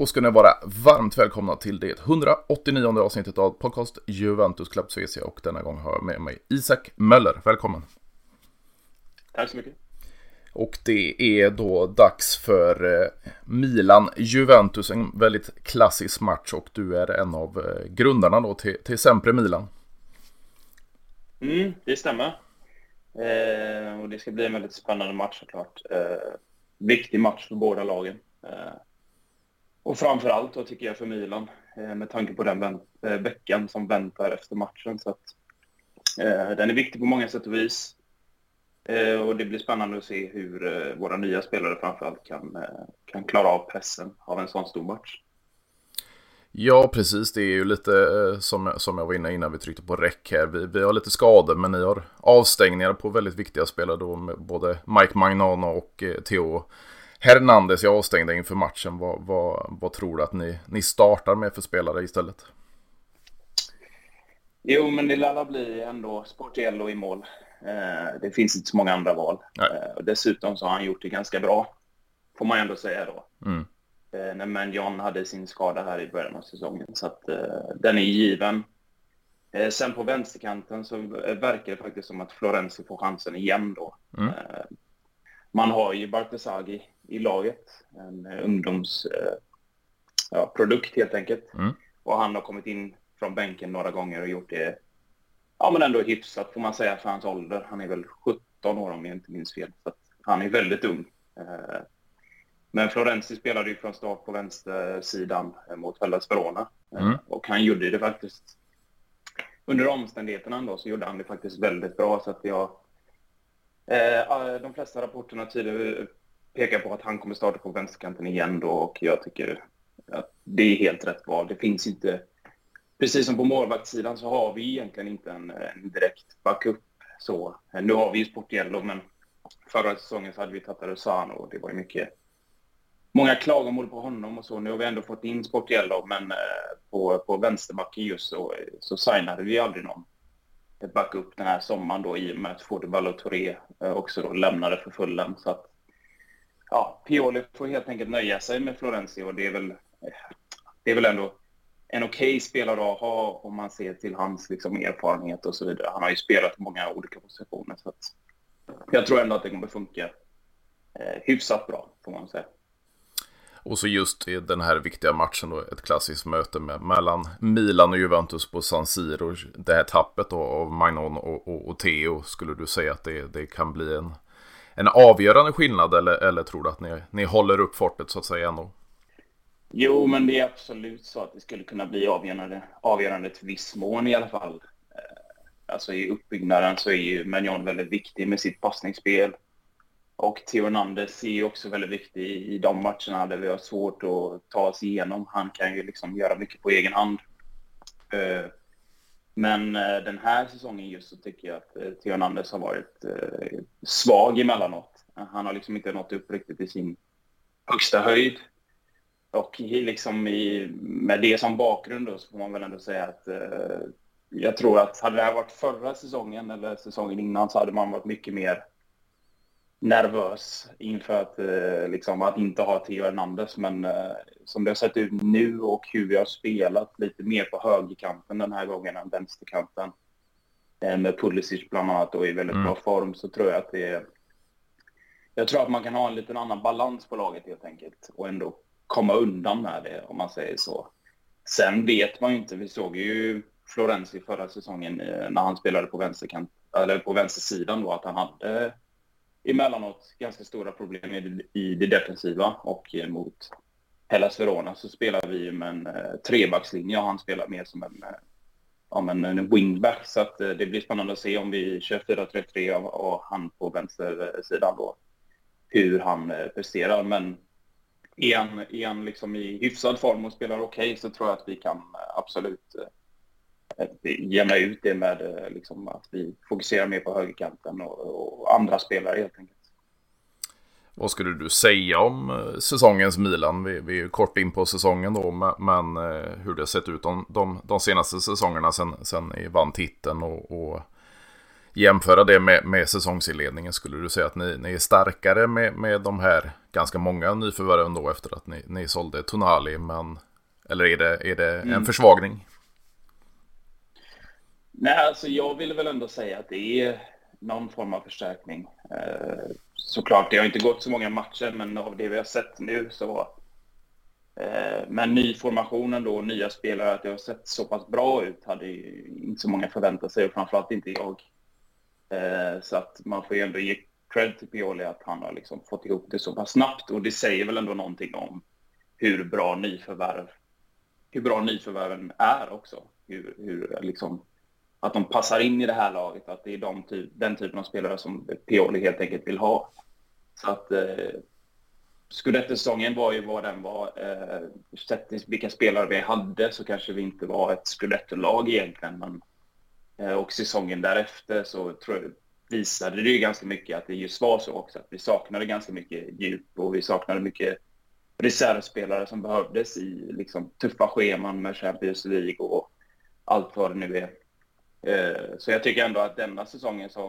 Då ska ni vara varmt välkomna till det 189 avsnittet av podcast Juventus Club Svezia, och denna gång har jag med mig Isak Möller. Välkommen. Tack så mycket. Och det är då dags för Milan-Juventus, en väldigt klassisk match, och du är en av grundarna då till Sempre Milan. Det stämmer. Och det ska bli en väldigt spännande match såklart. Viktig match för båda lagen. Och framförallt då tycker jag för Milan, med tanke på den veckan som väntar efter matchen. Så att, den är viktig på många sätt och vis. Och det blir spännande att se hur våra nya spelare framförallt kan klara av pressen av en sån stor match. Ja, precis. Det är ju lite som jag var inne innan vi tryckte på räck här. Vi har lite skador, men ni har avstängningar på väldigt viktiga spelare då, med både Mike Magnano och Theo Hernandez är avstängda inför matchen. Vad tror du att ni startar med för spelare istället? Jo, men det lär bli ändå Sportiello i mål. Det finns inte så många andra val. Och dessutom så har han gjort det ganska bra, får man ändå säga då. Men John hade sin skada här i början av säsongen, så att den är given. Sen på vänsterkanten så verkar det faktiskt som att Florenzi får chansen igen då. Man har ju Bartesaghi i laget, en ungdomsprodukt helt enkelt. Och han har kommit in från bänken några gånger och gjort det, ja, men ändå hyfsat får man säga för hans ålder. Han är väl 17 år om jag inte minns fel, så att han är väldigt ung. Men Florenzi spelade ju från start på vänstersidan mot Hellas Verona. Och han gjorde det faktiskt, under omständigheterna ändå, så gjorde han det faktiskt väldigt bra. Så att de flesta rapporterna tidigare pekar på att han kommer starta på vänsterkanten igen då, och jag tycker att det är helt rätt val. Det finns inte, precis som på målvaktssidan så har vi egentligen inte en direkt backup så. Nu har vi ju Sportiello, men förra säsongen så hade vi Tatarusano och det var ju många klagomål på honom och så. Nu har vi ändå fått in Sportiello, men på vänsterbacken just så signade vi aldrig någon backup den här sommaren då, i och med att Fode Ballo-Touré också då lämnade för Fulham. Så att Pioli får helt enkelt nöja sig med Florenzi, och det är väl ändå en okej spelare att ha om man ser till hans liksom erfarenhet och så vidare. Han har ju spelat många olika positioner, så att jag tror ändå att det kommer funka hyfsat bra, får man säga. Och så just i den här viktiga matchen då, ett klassiskt möte mellan Milan och Juventus på San Siro. Det här tappet då av Magnon och Theo, skulle du säga att det kan bli en avgörande skillnad, eller tror du att ni håller upp fortet så att säga ändå? Jo, men det är absolut så att det skulle kunna bli avgörande till viss mån i alla fall. Alltså i uppbyggnaden så är ju Magnon väldigt viktig med sitt passningsspel. Och Theo Hernandez är ju också väldigt viktig i de matcherna där vi har svårt att ta oss igenom. Han kan ju liksom göra mycket på egen hand. Men den här säsongen just så tycker jag att Theo Hernandez har varit svag emellanåt. Han har liksom inte nått upp riktigt i sin högsta höjd. Och liksom med det som bakgrund då, så får man väl ändå säga att jag tror att hade det här varit förra säsongen eller säsongen innan, så hade man varit mycket mer nervös inför att inte ha Theo Hernandez. Men som det har sett ut nu och hur vi har spelat lite mer på högerkanten den här gången än vänsterkanten, med Pulisic bland annat och i väldigt bra form, så tror jag att jag tror att man kan ha en liten annan balans på laget helt enkelt och ändå komma undan med det, om man säger så. Sen vet man ju inte, vi såg ju Florenzi förra säsongen när han spelade på vänsterkant, eller på vänstersidan då, att han hade emellanåt ganska stora problem i det defensiva, och mot Hellas Verona så spelar vi med en trebackslinje och han spelar mer som en wingback, så att det blir spännande att se om vi kör 4-3-3 och han på vänstersidan då, hur han presterar. Men är han liksom i hyfsad form och spelar okej, så tror jag att vi kan absolut jämna ut det med liksom att vi fokuserar mer på högerkanten och andra spelare helt enkelt. Vad skulle du säga om säsongens Milan? Vi är kort in på säsongen då, men hur det sett ut de senaste säsongerna sen ni vann titeln och jämföra det med säsongsinledningen, skulle du säga att ni är starkare med de här ganska många nyförvärven då efter att ni sålde Tonali, men eller är det en försvagning? Nej, alltså jag ville väl ändå säga att det är någon form av förstärkning. Såklart, det har inte gått så många matcher, men av det vi har sett nu så med nyformationen då, nya spelare, att det har sett så pass bra ut hade ju inte så många förväntat sig, och framförallt inte jag. Så att man får ju ändå ge cred till Pioli att han har liksom fått ihop det så pass snabbt, och det säger väl ändå någonting om hur bra nyförvärven är också. Hur liksom, att de passar in i det här laget, att det är den typen av spelare som Pioli helt enkelt vill ha. Så att Scudetto-säsongen var ju vad den var. Sett till vilka spelare vi hade så kanske vi inte var ett Scudetto-lag egentligen, men och säsongen därefter så tror jag visade det ju ganska mycket att det just var så också, att vi saknade ganska mycket djup och vi saknade mycket reservspelare som behövdes i liksom tuffa scheman med Champions League och allt vad det nu är. Så jag tycker ändå att denna säsongen så har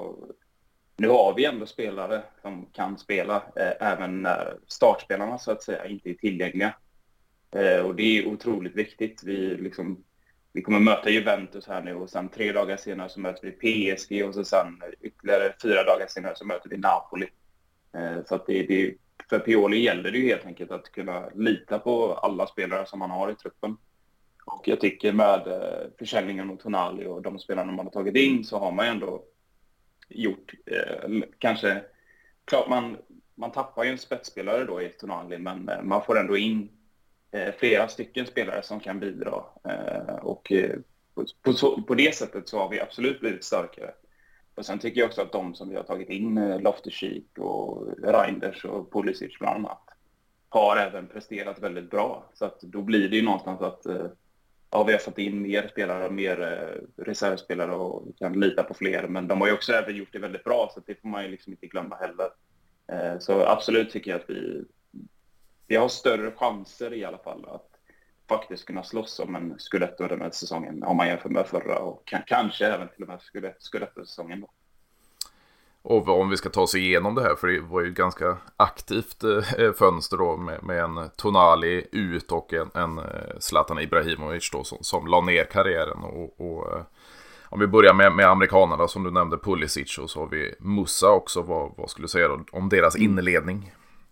vi ändå spelare som kan spela även när startspelarna så att säga inte är tillgängliga. Och det är otroligt viktigt. Vi kommer möta Juventus här nu, och sen 3 dagar senare så möter vi PSG, och så sen ytterligare 4 dagar senare så möter vi Napoli. Så att för Pioli gäller det ju helt enkelt att kunna lita på alla spelare som man har i truppen. Och jag tycker med försäljningen mot Tonali och de spelarna man har tagit in så har man ändå gjort kanske, klart man tappar ju en spetsspelare då i Tonali, men man får ändå in flera stycken spelare som kan bidra, och på det sättet så har vi absolut blivit starkare. Och sen tycker jag också att de som vi har tagit in, Loftus-Cheek och Reinders och Pulisic bland annat, har även presterat väldigt bra. Så att då blir det ju någonstans att vi har fått in mer spelare och mer reservspelare och kan lita på fler. Men de har ju också även gjort det väldigt bra, så att det får man ju liksom inte glömma heller. Så absolut tycker jag att vi har större chanser i alla fall att faktiskt kunna slåss om en Scudetto den här säsongen om man jämför med förra, och kanske även till och med Scudetto-säsongen då. Och om vi ska ta oss igenom det här, för det var ju ett ganska aktivt fönster då med en Tonali ut och en Zlatan Ibrahimovic då som la ner karriären, och om vi börjar med amerikanerna som du nämnde, Pulisic, och så har vi Musa också. Vad skulle du säga då, om deras inledning?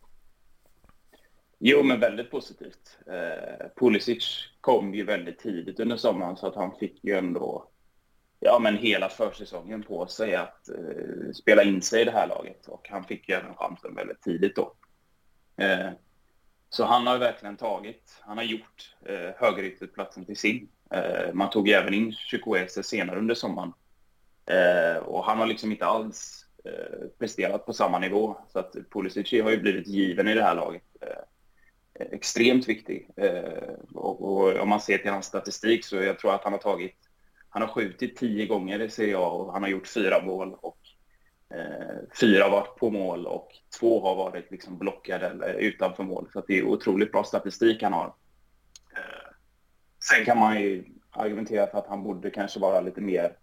Jo, men väldigt positivt. Pulisic kom ju väldigt tidigt under sommaren, så att han fick ju ändå hela försäsongen på sig att spela in sig i det här laget, och han fick ju även chansen väldigt tidigt då. Så han har verkligen han har gjort högerytterplatsen till sin. Man tog även in Chukwueze senare under sommaren, och han har liksom inte alls presterat på samma nivå, så att Pulisic har ju blivit given i det här laget. Extremt viktig, och om man ser till hans statistik så jag tror att han har skjutit 10 gånger i Serie A, och han har gjort 4 mål, och 4 har varit på mål och 2 har varit liksom blockade eller utanför mål, så att det är otroligt bra statistik han har. Sen kan man ju argumentera för att han borde kanske vara lite mer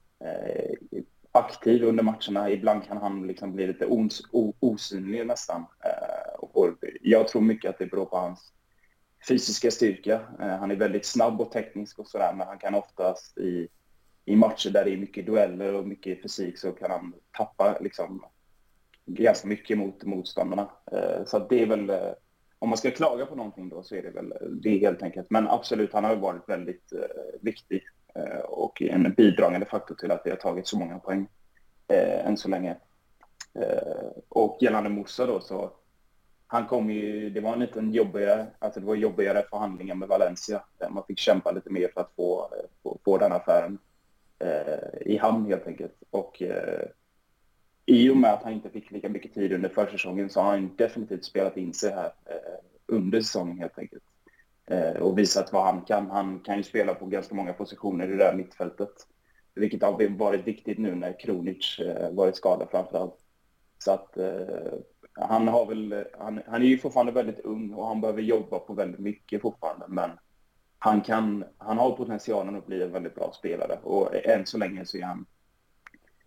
aktiv under matcherna. Ibland kan han liksom bli lite osynlig nästan. Och jag tror mycket att det beror på hans fysiska styrka. Han är väldigt snabb och teknisk och sådär, men han kan oftast i matcher där det är mycket dueller och mycket fysik så kan han tappa liksom ganska mycket mot motståndarna. Så det är väl, om man ska klaga på någonting då, så är det väl det helt enkelt. Men absolut, han har varit väldigt viktig och en bidragande faktor till att vi har tagit så många poäng än så länge. Och gällande Musa då, så han kom ju, det var en liten jobbigare förhandlingar med Valencia. Man fick kämpa lite mer för att få den affären i hamn helt enkelt. Och i och med att han inte fick lika mycket tid under försäsongen så har han definitivt spelat in sig här under säsongen helt enkelt. Och visat vad han kan. Han kan ju spela på ganska många positioner i det där mittfältet. Vilket har varit viktigt nu när Krunic varit skadad framförallt. Så att han är ju fortfarande väldigt ung och han behöver jobba på väldigt mycket fortfarande. Men han har potentialen att bli en väldigt bra spelare. Och än så länge så är han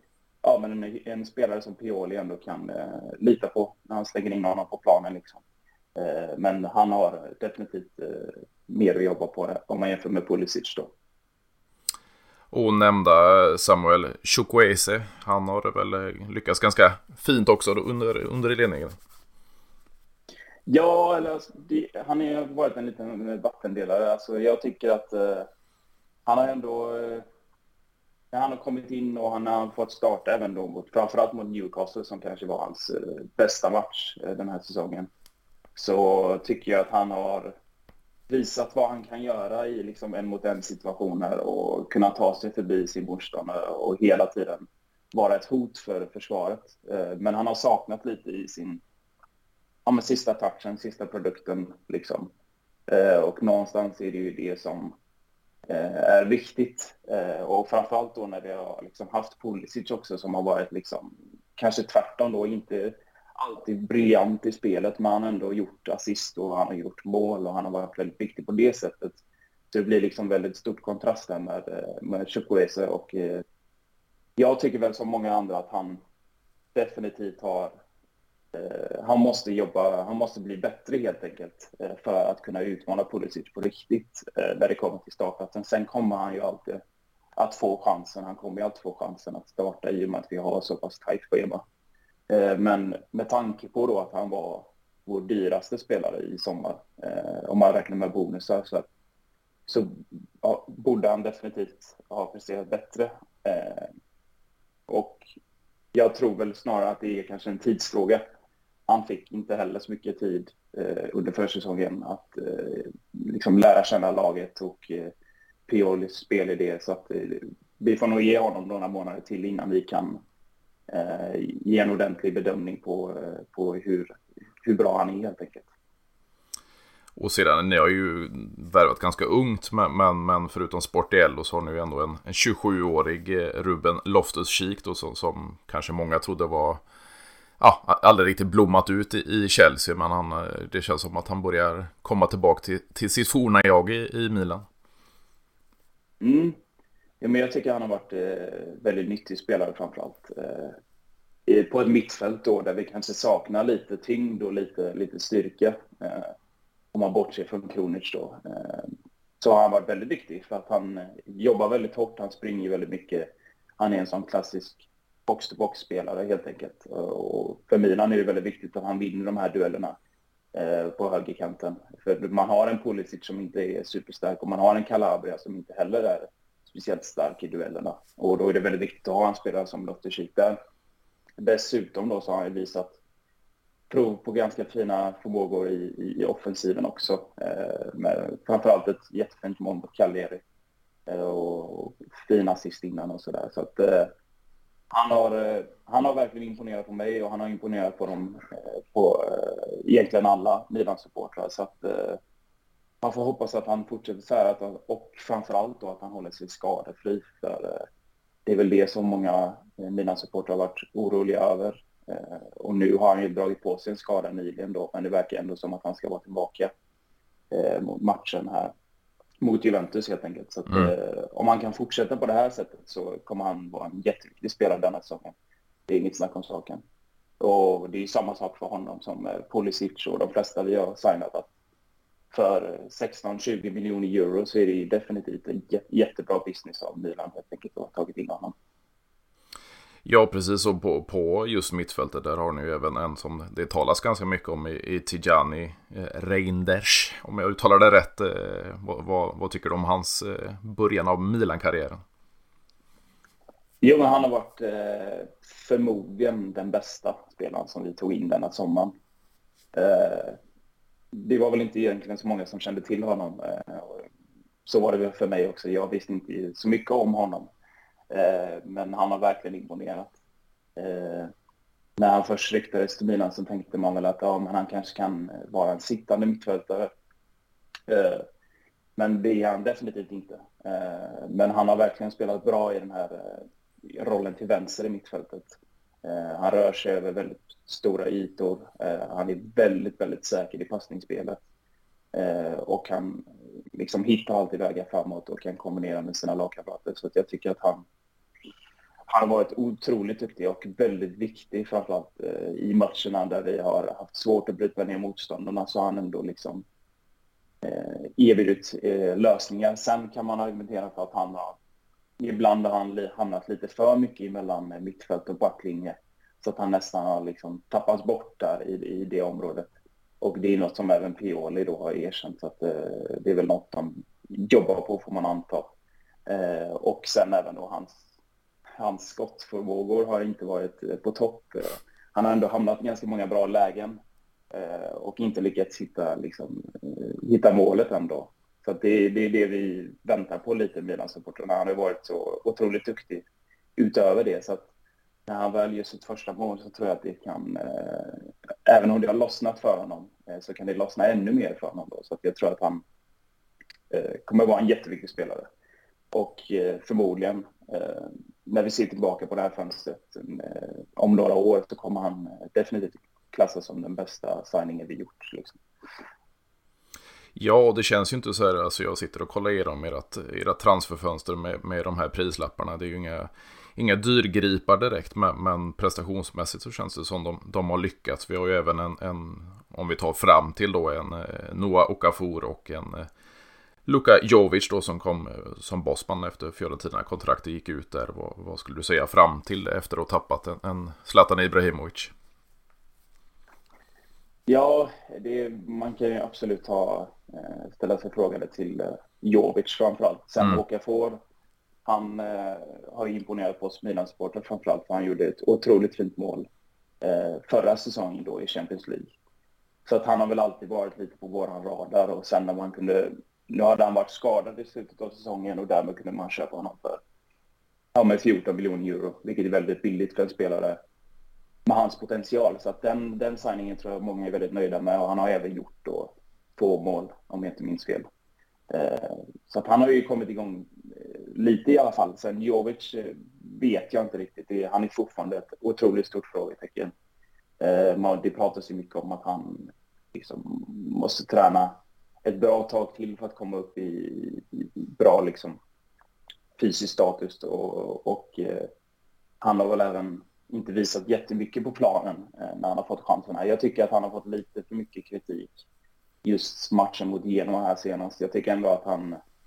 men en spelare som Pioli ändå kan lita på när han slänger in honom på planen liksom. Men han har definitivt mer att jobba på det, om man jämför med Pulisic då. Och nämnda Samuel Chukwueze, han har väl lyckats ganska fint också under ledningen. Ja, eller alltså, han har varit en liten vattendelare. Alltså, jag tycker att han har ändå... när han har kommit in och han har fått starta även då framförallt mot Newcastle som kanske var hans bästa match den här säsongen. Så tycker jag att han har visat vad han kan göra i liksom en mot en situationer och kunna ta sig förbi sin motståndare och hela tiden vara ett hot för försvaret. Men han har saknat lite i sin sista touchen, sista produkten liksom. Och någonstans är det ju det som är viktigt. Och framförallt då när vi har liksom haft Pulisic också som har varit liksom kanske tvärtom då, inte alltid briljant i spelet, men han har ändå gjort assist och han har gjort mål och han har varit väldigt viktig på det sättet. Så det blir liksom väldigt stort kontrast där med Chukwueze och jag tycker väl som många andra att han definitivt han måste jobba, han måste bli bättre helt enkelt för att kunna utmana Pulisic på riktigt när det kommer till starten. Sen kommer han ju alltid att få chansen, han kommer ju alltid få chansen att starta i och med att vi har så pass tajt schema. Men med tanke på då att han var vår dyraste spelare i sommar, om man räknar med bonusar, så borde han definitivt ha presterat bättre. Och jag tror väl snarare att det är kanske en tidsfråga. Han fick inte heller så mycket tid under försäsongen att liksom lära känna laget och Piolis spelidé. Så att vi får nog ge honom några månader till innan vi kan ge en ordentlig bedömning på hur bra han är helt enkelt. Och sedan, ni har ju värvat ganska ungt, men förutom Sportiello så har ni ju ändå en 27-årig Ruben Loftus-Cheek då, som kanske många trodde var aldrig riktigt blommat ut i Chelsea, men det känns som att han börjar komma tillbaka till sitt forna jag i Milan. Ja, men jag tycker han har varit väldigt nyttig spelare framförallt. På ett mittfält då där vi kanske saknar lite tyngd och lite styrka. Om man bortser från Krunic då. Så har han varit väldigt viktig för att han jobbar väldigt hårt, han springer väldigt mycket. Han är en sån klassisk box-to-box-spelare helt enkelt. Och för Milan är det väldigt viktigt att han vinner de här duellerna på högerkanten. För man har en Pulisic som inte är superstark och man har en Calabria som inte heller är speciellt stark i duellerna. Och då är det väldigt viktigt att ha en spelare som Loftus-Cheek där. Dessutom då så har han visat prov på ganska fina förmågor i offensiven också. Med framförallt ett jättefint mål på Cagliari. Och fina assist innan och sådär. Så att han har verkligen imponerat på mig och han har imponerat på egentligen alla Milan-supportrar. Så att man får hoppas att han fortsätter så här och framförallt då att han håller sig skadefri. För det är väl det som många Milan-supportrar har varit oroliga över. Och nu har han ju dragit på sig en skada nyligen då, men det verkar ändå som att han ska vara tillbaka mot matchen här mot Juventus helt enkelt. Så att, om han kan fortsätta på det här sättet så kommer han vara en jätteviktig spelare denna säsongen. Det är inget snack om saken. Och det är samma sak för honom som Pulisic och de flesta vi har signat, att för 16-20 miljoner euro så är det definitivt en jättebra business av Milan helt enkelt att ha tagit in honom. Ja, precis. Och på just mittfältet där har ni ju även en som det talas ganska mycket om i Tijani Reinders. Om jag uttalar det rätt, vad tycker du om hans början av Milan-karriären? Jo, men han har varit förmodligen den bästa spelaren som vi tog in denna sommaren. Det var väl inte egentligen så många som kände till honom. Så var det väl för mig också. Jag visste inte så mycket om honom. Men han har verkligen imponerat. När han först ryktades till Milan så tänkte man väl att men han kanske kan vara en sittande mittfältare. Men det är han definitivt inte. Men han har verkligen spelat bra i den här rollen till vänster i mittfältet. Han rör sig över väldigt stora ytor. Han är väldigt, väldigt säker i passningsspelet. Och han liksom hittar alltid vägar framåt och kan kombinera med sina lagkamrater. Så att jag tycker att Han har varit otroligt duktig och väldigt viktig, framförallt i matcherna där vi har haft svårt att bryta ner motståndarna, så har han ändå liksom erbjudit lösningar. Sen kan man argumentera för att ibland har han hamnat lite för mycket mellan mittfält och backlinje, så att han nästan har liksom tappats bort där i det området. Och det är något som även Pioli då har erkänt, så att det är väl något de jobbar på, får man anta. Och sen även då hans skottförmågor har inte varit på topp. Han har ändå hamnat i ganska många bra lägen och inte lyckats hitta målet ändå. Så att det är det vi väntar på lite med Milan-supportrarna. Han har varit så otroligt duktig utöver det, så att när han väl gör sitt första mål så tror jag att det kan, även om det har lossnat för honom, så kan det lossna ännu mer för honom då. Så att jag tror att han kommer vara en jätteviktig spelare. Och förmodligen, när vi ser tillbaka på det här fönstret om några år, så kommer han definitivt klassas som den bästa signingen vi gjort. Liksom. Ja, det känns ju inte så här, alltså jag sitter och kollar igenom era transferfönster med de här prislapparna. Det är ju inga dyrgripar direkt, men prestationsmässigt så känns det som de har lyckats. Vi har ju även en om vi tar fram till då, en Noah Okafor och en Luka Jovic då, som kom som bossman efter Fiorentina-kontraktet gick ut där. Vad skulle du säga fram till efter att ha tappat en Zlatan Ibrahimovic? Ja, man kan ju absolut ställa sig frågande till Jovic framförallt. Sen Okafor, han har imponerat på oss Milan-supportrar framförallt, för han gjorde ett otroligt fint mål förra säsongen då i Champions League. Så att han har väl alltid varit lite på våran radar, och sen när nu hade han varit skadad i slutet av säsongen, och därmed kunde man köpa honom med 14 miljoner euro, vilket är väldigt billigt för en spelare med hans potential. Så att den signingen tror jag många är väldigt nöjda med, och han har även gjort då 2 mål, om jag inte minns fel. Så att han har ju kommit igång lite i alla fall. Sen Jovic vet jag inte riktigt. Han är fortfarande ett otroligt stort frågetecken. Det pratas ju mycket om att han liksom måste träna ett bra tag till för att komma upp i bra liksom fysisk status. Och han har väl även inte visat jättemycket på planen när han har fått chanserna. Jag tycker att han har fått lite för mycket kritik just matchen mot Genoa här senast. Jag tycker ändå att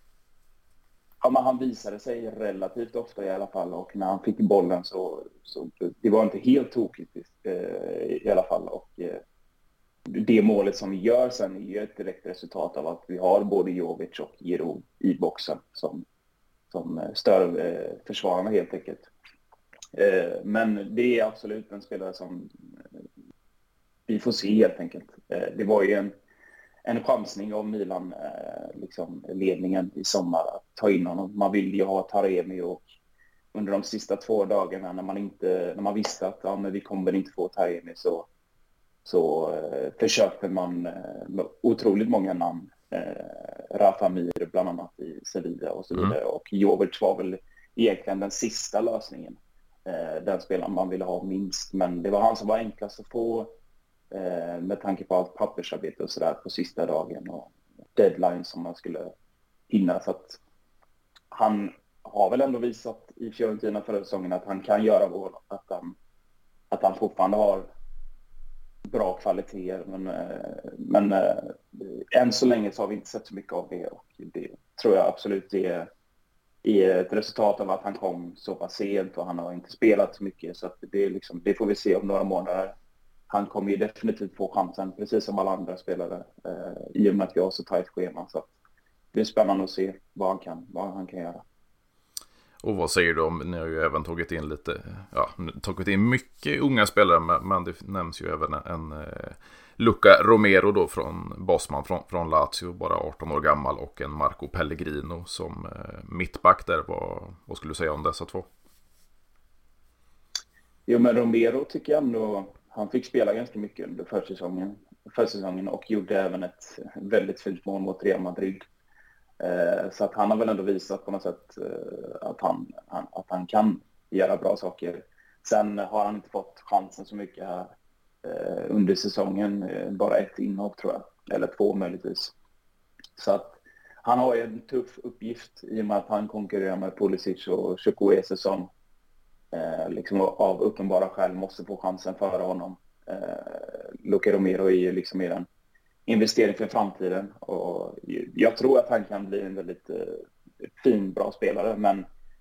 han visade sig relativt ofta i alla fall, och när han fick bollen så det var inte helt tokigt i alla fall. Och det målet som vi gör sen är ju ett direkt resultat av att vi har både Jovic och Giroud i boxen som stör försvararna helt enkelt. Men det är absolut en spelare som vi får se helt enkelt. Det var ju en chansning av Milan, liksom ledningen i sommar, att ta in honom. Man ville ju ha Taremi, och under de sista 2 dagarna när man visste att men vi kommer inte få Taremi, så försökte man med otroligt många namn. Rafa Mir bland annat i Sevilla och så vidare. Och Jovic var väl egentligen den sista lösningen. Den spelaren man ville ha minst, men det var han som var enklast att få med tanke på allt pappersarbete och sådär på sista dagen och deadline som man skulle hinna. Så att han har väl ändå visat i Fiorentina förra säsongen att han kan göra mål, att han fortfarande har bra kvaliteter, men än så länge så har vi inte sett så mycket av det, och det tror jag absolut är ett resultat av att han kom så pass sent och han har inte spelat så mycket, så att det får vi se om några månader. Han kommer ju definitivt få chansen, precis som alla andra spelare, i och med att vi har så tajt schema, så att det är spännande att se vad han kan göra. Och vad säger du om, ni har ju även tagit in mycket unga spelare, men det nämns ju även en Luca Romero då från Bosman från Lazio, bara 18 år gammal, och en Marco Pellegrino som mittback där. Vad skulle du säga om dessa 2? Jo, men Romero tycker jag ändå, han fick spela ganska mycket under försäsongen och gjorde även ett väldigt fint mål mot Real Madrid. Så att han har väl ändå visat på något sätt att han kan göra bra saker. Sen har han inte fått chansen så mycket här under säsongen. Bara 1 inhopp tror jag, eller 2 möjligtvis. Så att han har ju en tuff uppgift i och med att han konkurrerar med Pulisic och Chukwueze som liksom av uppenbara skäl måste få chansen före honom. Luca Romero är ju liksom mer en investering för framtiden, och jag tror att han kan bli en väldigt fin, bra spelare, men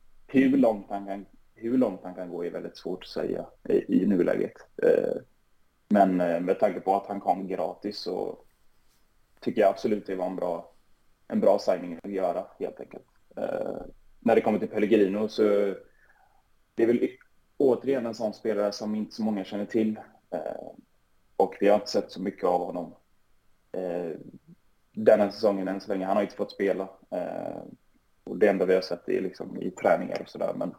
hur långt han kan gå är väldigt svårt att säga i nuläget. Men med tanke på att han kom gratis så tycker jag absolut det var en bra signing att göra, helt enkelt. När det kommer till Pellegrino så det är väl återigen en sån spelare som inte så många känner till. Och vi har inte sett så mycket av honom den här säsongen än så länge. Han har inte fått spela. Och det enda vi har sett är liksom i träningar och sådär. Men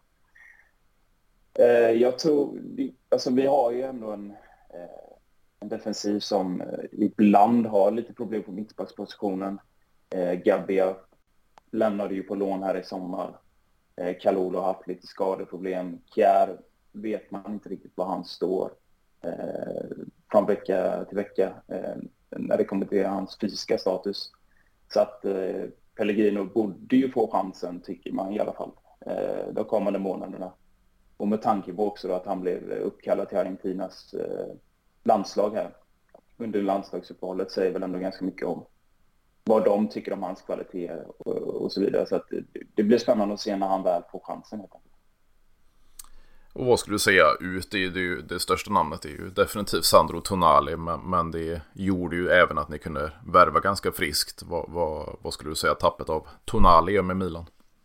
jag tror, alltså vi har ju ändå en defensiv som ibland har lite problem på mittbackspositionen. Gabbia lämnade ju på lån här i sommar. Kalulu har haft lite skadeproblem. Kjär vet man inte riktigt var han står från vecka till vecka när det kommer till hans fysiska status. Så att Pellegrino borde ju få chansen, tycker man i alla fall, de kommande månaderna. Och med tanke på också att han blev uppkallad till Argentinas landslag här under landslagsuppehållet, säger väl ändå ganska mycket om vad de tycker om hans kvalitet och så vidare. Så att det blir spännande att se när han väl får chansen, helt enkelt. Och vad skulle du säga ut? Det största namnet är ju definitivt Sandro Tonali, men det gjorde ju även att ni kunde värva ganska friskt. Vad skulle du säga tappet av Tonali med Milan?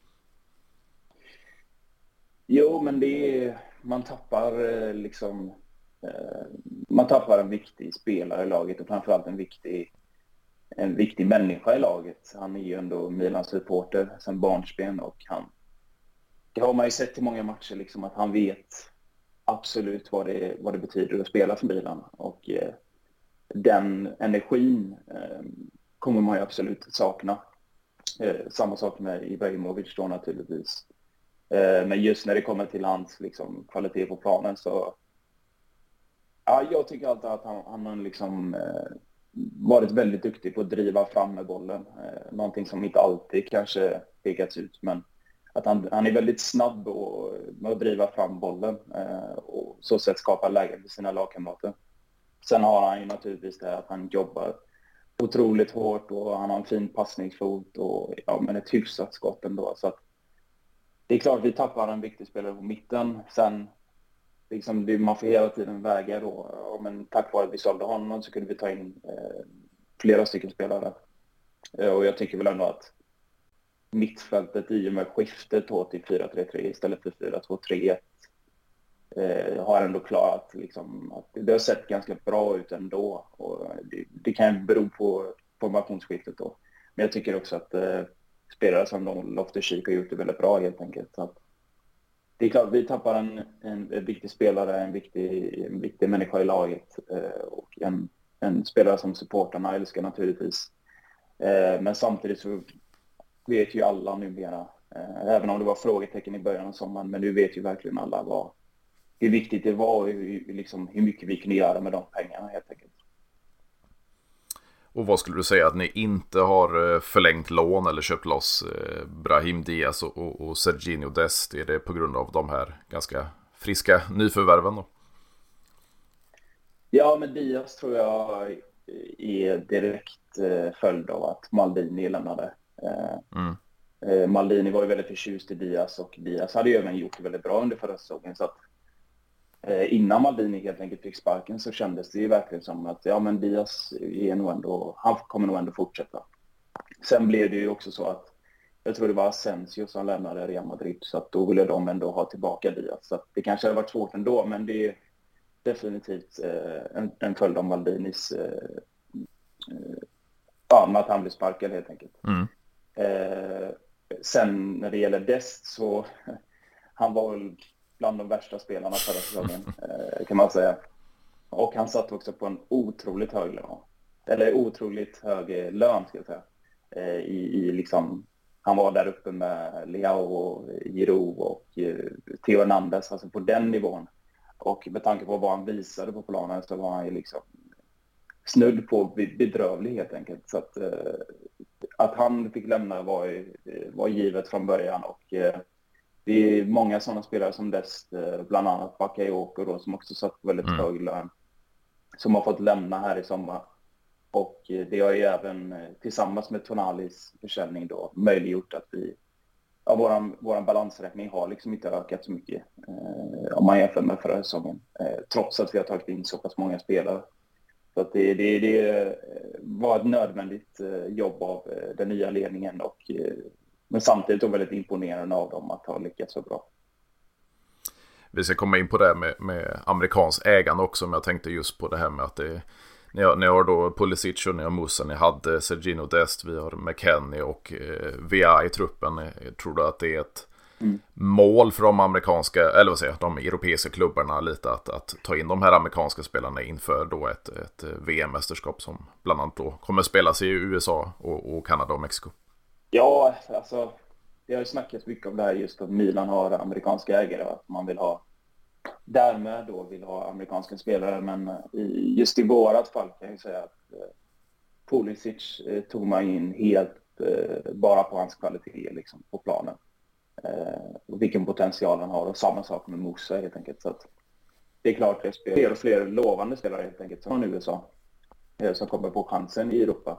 Jo, men man tappar man tappar en viktig spelare i laget, och framförallt en viktig människa i laget. Han är ju ändå Milans supporter sedan barnsben, och det har man ju sett i många matcher, liksom, att han vet absolut vad det betyder att spela för Milan. Och den energin kommer man ju absolut sakna. Samma sak med Ibrahimovic då naturligtvis. Men just när det kommer till hans liksom kvalitet på planen, så ja, jag tycker alltid att han har liksom varit väldigt duktig på att driva fram med bollen. Någonting som inte alltid kanske pekats ut, men att han är väldigt snabb med att driva fram bollen och så sätt skapa lägen för sina lagkamrater. Sen har han ju naturligtvis det att han jobbar otroligt hårt, och han har en fin passningsfot och men ett hyfsat skott ändå. Så att det är klart att vi tappar en viktig spelare på mitten. Sen liksom, man får hela tiden väga då. Men tack vare att vi sålde honom så kunde vi ta in flera stycken spelare. Och jag tycker väl ändå att mittfältet i och med skiftet till 4-3-3 istället för 4-2-3-1 har ändå klarat liksom, att det har sett ganska bra ut ändå. Och det kan bero på formationsskiftet då. Men jag tycker också att spelare som Loftus-Cheek har gjort det väldigt bra, helt enkelt. Så att det är klart, vi tappar en viktig spelare, en viktig människa i laget, och en spelare som supportarna älskar naturligtvis. Men samtidigt så vet ju alla numera, även om det var frågetecken i början av sommaren, men nu vet ju verkligen alla hur viktigt det var och hur mycket vi kunde göra med de pengarna, helt enkelt. Och vad skulle du säga att ni inte har förlängt lån eller köpt loss Brahim Diaz och Serginho Dest? Är det på grund av de här ganska friska nyförvärven då? Ja, men Diaz tror jag är direkt följd av att Maldini lämnade. Maldini var ju väldigt förtjust i Diaz, och Diaz hade ju även gjort det väldigt bra under förra säsongen. Så att innan Maldini helt enkelt fick sparken så kändes det ju verkligen som att men Diaz är nog ändå, han kommer nog ändå fortsätta. Sen blev det ju också så att jag tror det var Asensio som lämnade Real Madrid, så att då ville de ändå ha tillbaka Diaz. Så att det kanske hade varit svårt ändå, men det är definitivt en följd av Maldinis med att han blev sparkad, helt enkelt. Sen när det gäller Dest, så han var väl bland de värsta spelarna förra säsongen, kan man säga. Och han satt också på en otroligt hög lön, ska jag säga. Liksom, han var där uppe med Leao och Giroud och Theo Hernandez, alltså på den nivån. Och med tanke på vad han visade på planen så var han ju liksom snudd på bedrövlig, helt enkelt. Så att han fick lämna var givet från början, och det är många sådana spelare som Dest, bland annat Bakayoko då, som också satt på väldigt Mm. hög lön, som har fått lämna här i sommar. Och det har ju även tillsammans med Tonalis försäljning då möjliggjort att våran balansräkning har liksom inte ökat så mycket om man jämför med förra säsongen. Trots att vi har tagit in så pass många spelare. Så att det var ett nödvändigt jobb av den nya ledningen, men samtidigt då väldigt imponerande av dem att ha lyckats så bra. Vi ska komma in på det med amerikansk ägande också, men jag tänkte just på det här med att ni har då Pulisic och ni har Musa, ni hade Sergino Dest, vi har McKennie och VA i truppen. Tror du att det är ett mål för de amerikanska, eller vad säger jag, de europeiska klubbarna lite att ta in de här amerikanska spelarna inför då ett VM-mästerskap som bland annat då kommer spelas i USA och Kanada och Mexiko? Ja, alltså det har ju snackats mycket om det här just att Milan har amerikanska ägare, att man därmed vill ha amerikanska spelare, men just i vårat fall kan jag ju säga att Pulisic tog man in helt bara på hans kvalitet liksom, på planen. Och vilken potential han har, och samma sak med Musa helt enkelt. Så att det är klart det är fler och fler lovande spelare helt enkelt från USA som kommer på chansen i Europa.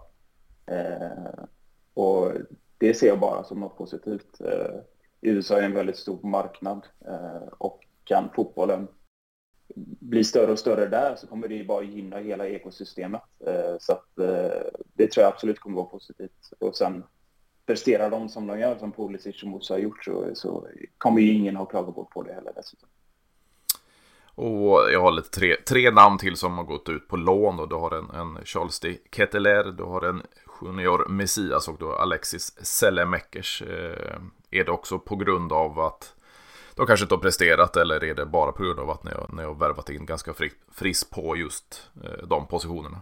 Och det ser jag bara som något positivt. USA är en väldigt stor marknad, och kan fotbollen bli större och större där, så kommer det bara gynna hela ekosystemet. Så att det tror jag absolut kommer vara positivt. Och sen presterar de som de gör, som Pulisic och Musa har gjort, så kommer ju ingen ha klagomål på det heller dessutom. Och jag har lite tre namn till som har gått ut på lån, och du har en Charles de Ketelaere, du har en Junior Messias och då Alexis Selemakers. Är det också på grund av att de kanske inte har presterat, eller är det bara på grund av att ni har värvat in ganska friskt på just de positionerna?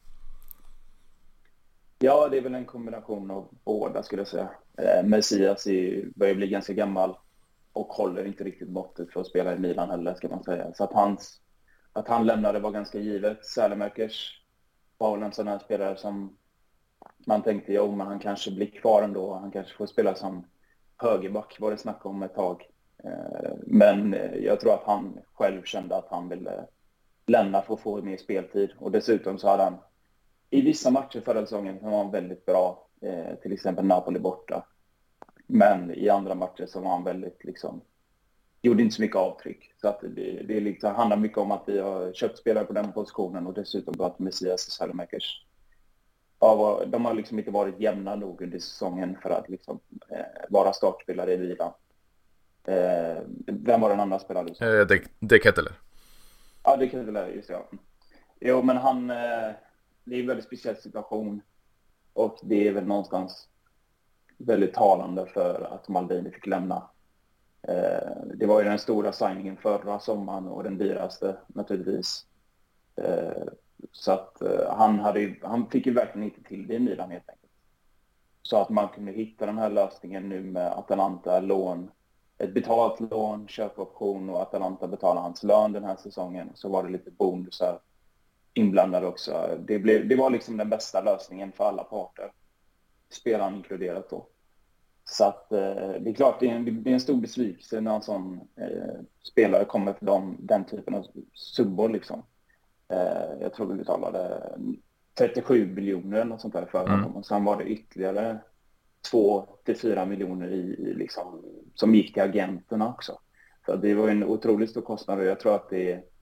Ja, det är väl en kombination av båda skulle jag säga. Messias börjar bli ganska gammal och håller inte riktigt måttet för att spela i Milan heller, ska man säga. Så att han lämnade var ganska givet. Selemakers var väl en sån här spelare som man tänkte, men han kanske blir kvar ändå. Han kanske får spela som högerback, var det snack om ett tag. Men jag tror att han själv kände att han ville lämna för att få mer speltid. Och dessutom så hade han i vissa matcher förra säsongen som var väldigt bra, till exempel Napoli borta. Men i andra matcher så var han väldigt gjorde inte så mycket avtryck. Så att det handlar mycket om att vi har köpt spelare på den positionen, och dessutom bara att Messias och Selemakers, de har inte varit jämna nog under säsongen för att vara startspelare i Milan. Vem var den andra spelaren? De Ketelaere. Ja, De Ketelaere, just det. Ja. Jo, men det är en väldigt speciell situation, och det är väl någonstans väldigt talande för att Maldini fick lämna. Det var ju den stora signingen förra sommaren och den dyraste naturligtvis. Så att han fick ju verkligen inte till det i Milan helt enkelt. Så att man kunde hitta den här lösningen nu med Atalanta lån, ett betalt lån, köpoption, och Atalanta betalar hans lön den här säsongen. Så var det lite bonusar inblandade också. Det var den bästa lösningen för alla parter, spelaren inkluderat då. Så att det är klart, det är en stor besvikelse när en sån spelare kommer för den typen av summor jag tror vi betalade 37 miljoner eller sånt där för honom, och sen var det ytterligare 2-4 miljoner som gick till agenterna också. Så det var en otroligt stor kostnad, och jag tror att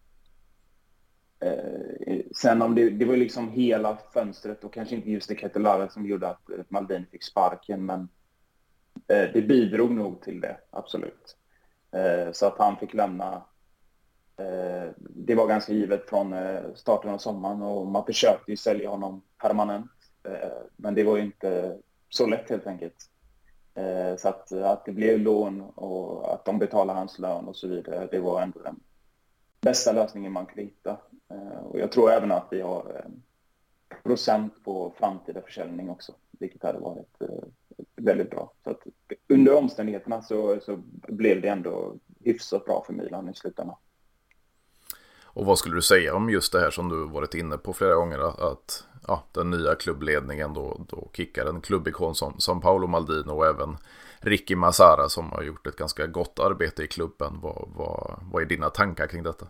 sen om det var hela fönstret, och kanske inte just det Ketelaere som gjorde att Maldini fick sparken, men det bidrog nog till det, absolut. Så att han fick lämna, det var ganska givet från starten av sommaren, och man försökte ju sälja honom permanent, men det var ju inte så lätt helt enkelt. Så att det blev lån och att de betalar hans lön och så vidare, det var ändå den bästa lösningen man kunde hitta. Och jag tror även att vi har procent på framtida försäljning också, vilket hade varit väldigt bra. Så att under omständigheterna så blev det ändå hyfsat bra för Milan i slutändan. Och vad skulle du säga om just det här som du varit inne på flera gånger, att den nya klubbledningen då kickar en klubbikon som Paolo Maldini och även Ricky Massara som har gjort ett ganska gott arbete i klubben. Vad är dina tankar kring detta?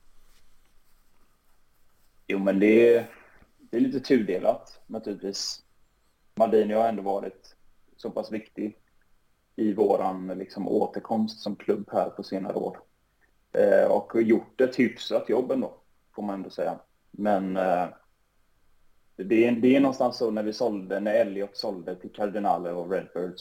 Jo, men det är lite tudelat naturligtvis. Maldini har ändå varit så pass viktig i våran liksom återkomst som klubb här på senare år. Och gjort ett hyfsat jobb ändå, får man ändå säga. Men det är någonstans så när Elliot sålde till Cardinale och Redbird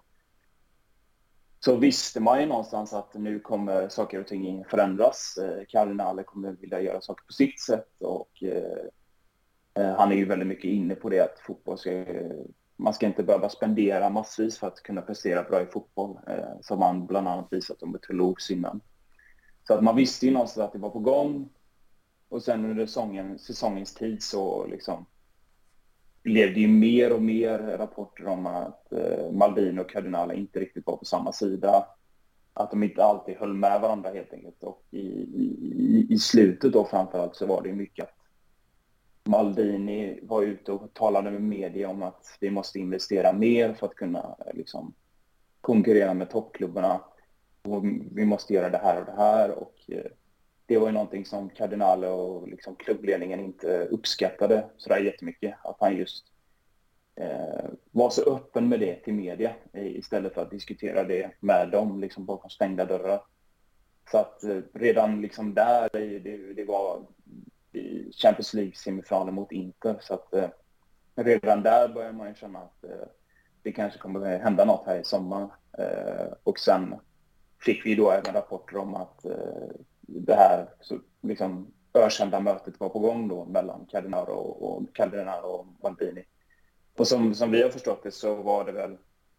så visste man ju någonstans att nu kommer saker och ting förändras. Cardinale kommer vilja göra saker på sitt sätt och han är ju väldigt mycket inne på det att man ska inte behöva spendera massvis för att kunna prestera bra i fotboll, som han bland annat visat om Toulouse innan. Så att man visste ju någonstans att det var på gång, och sen under säsongens tid så liksom blev det ju mer och mer rapporter om att Maldini och Cardinale inte riktigt var på samma sida. Att de inte alltid höll med varandra helt enkelt. Och i slutet då framförallt så var det mycket att Maldini var ute och talade med media om att vi måste investera mer för att kunna liksom konkurrera med toppklubbarna. Och vi måste göra det här och det här. Och det var ju någonting som Cardinale och liksom klubbledningen inte uppskattade sådär jättemycket. Att han just var så öppen med det till media istället för att diskutera det med dem liksom bakom stängda dörrar. Så att redan liksom där, det var i Champions League-semifinalen mot Inter. Så att redan där börjar man ju känna att det kanske kommer hända något här i sommar. Och sen fick vi då även rapporter om att det här så liksom ökända mötet var på gång då mellan Cardinale och Maldini. Och som vi har förstått det så var det väl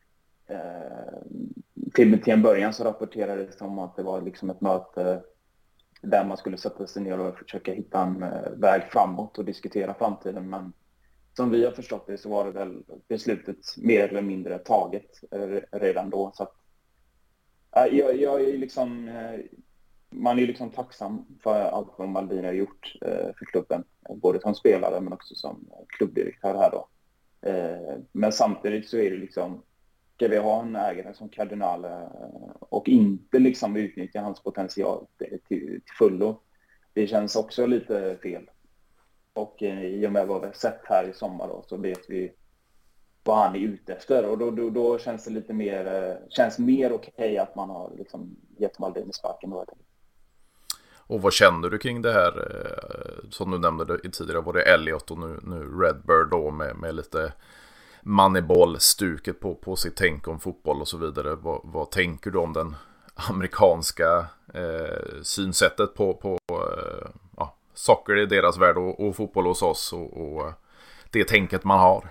till en början så rapporterades det om att det var liksom ett möte där man skulle sätta sig ner och försöka hitta en väg framåt och diskutera framtiden. Men som vi har förstått det så var det väl beslutet mer eller mindre taget redan då. Så att, jag är liksom, man är liksom tacksam för allt vad Maldini har gjort för klubben. Både som spelare men också som klubbdirektör här då. Men samtidigt så är det liksom, ska vi ha en ägare som Cardinale och inte liksom utnyttja hans potential till fullo. Det känns också lite fel. Och i och med vad vi har sett här i sommar då, så vet vi vad han är ute efter. Och då känns det lite mer okej att man har liksom gett Maldini sparken då. Och vad känner du kring det här som du nämnde tidigare, var det Elliot och nu Redbird då med lite Moneyball-stuket på sitt tänk om fotboll och så vidare. Vad tänker du om den amerikanska synsättet på socker i deras värld och fotboll hos oss och det tänket man har?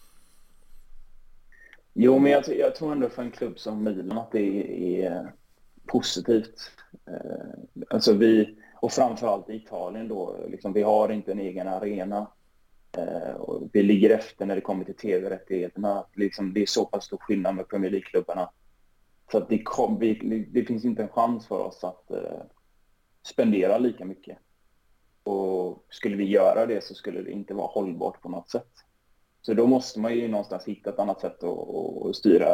Jo, men jag tror ändå för en klubb som Milan att det är positivt. Alltså och framförallt i Italien då, liksom, vi har inte en egen arena. Och vi ligger efter när det kommer till tv-rättigheterna. Liksom, det är så pass stor skillnad med Premier League-klubbarna. Så att det finns inte en chans för oss att spendera lika mycket. Och skulle vi göra det så skulle det inte vara hållbart på något sätt. Så då måste man ju någonstans hitta ett annat sätt att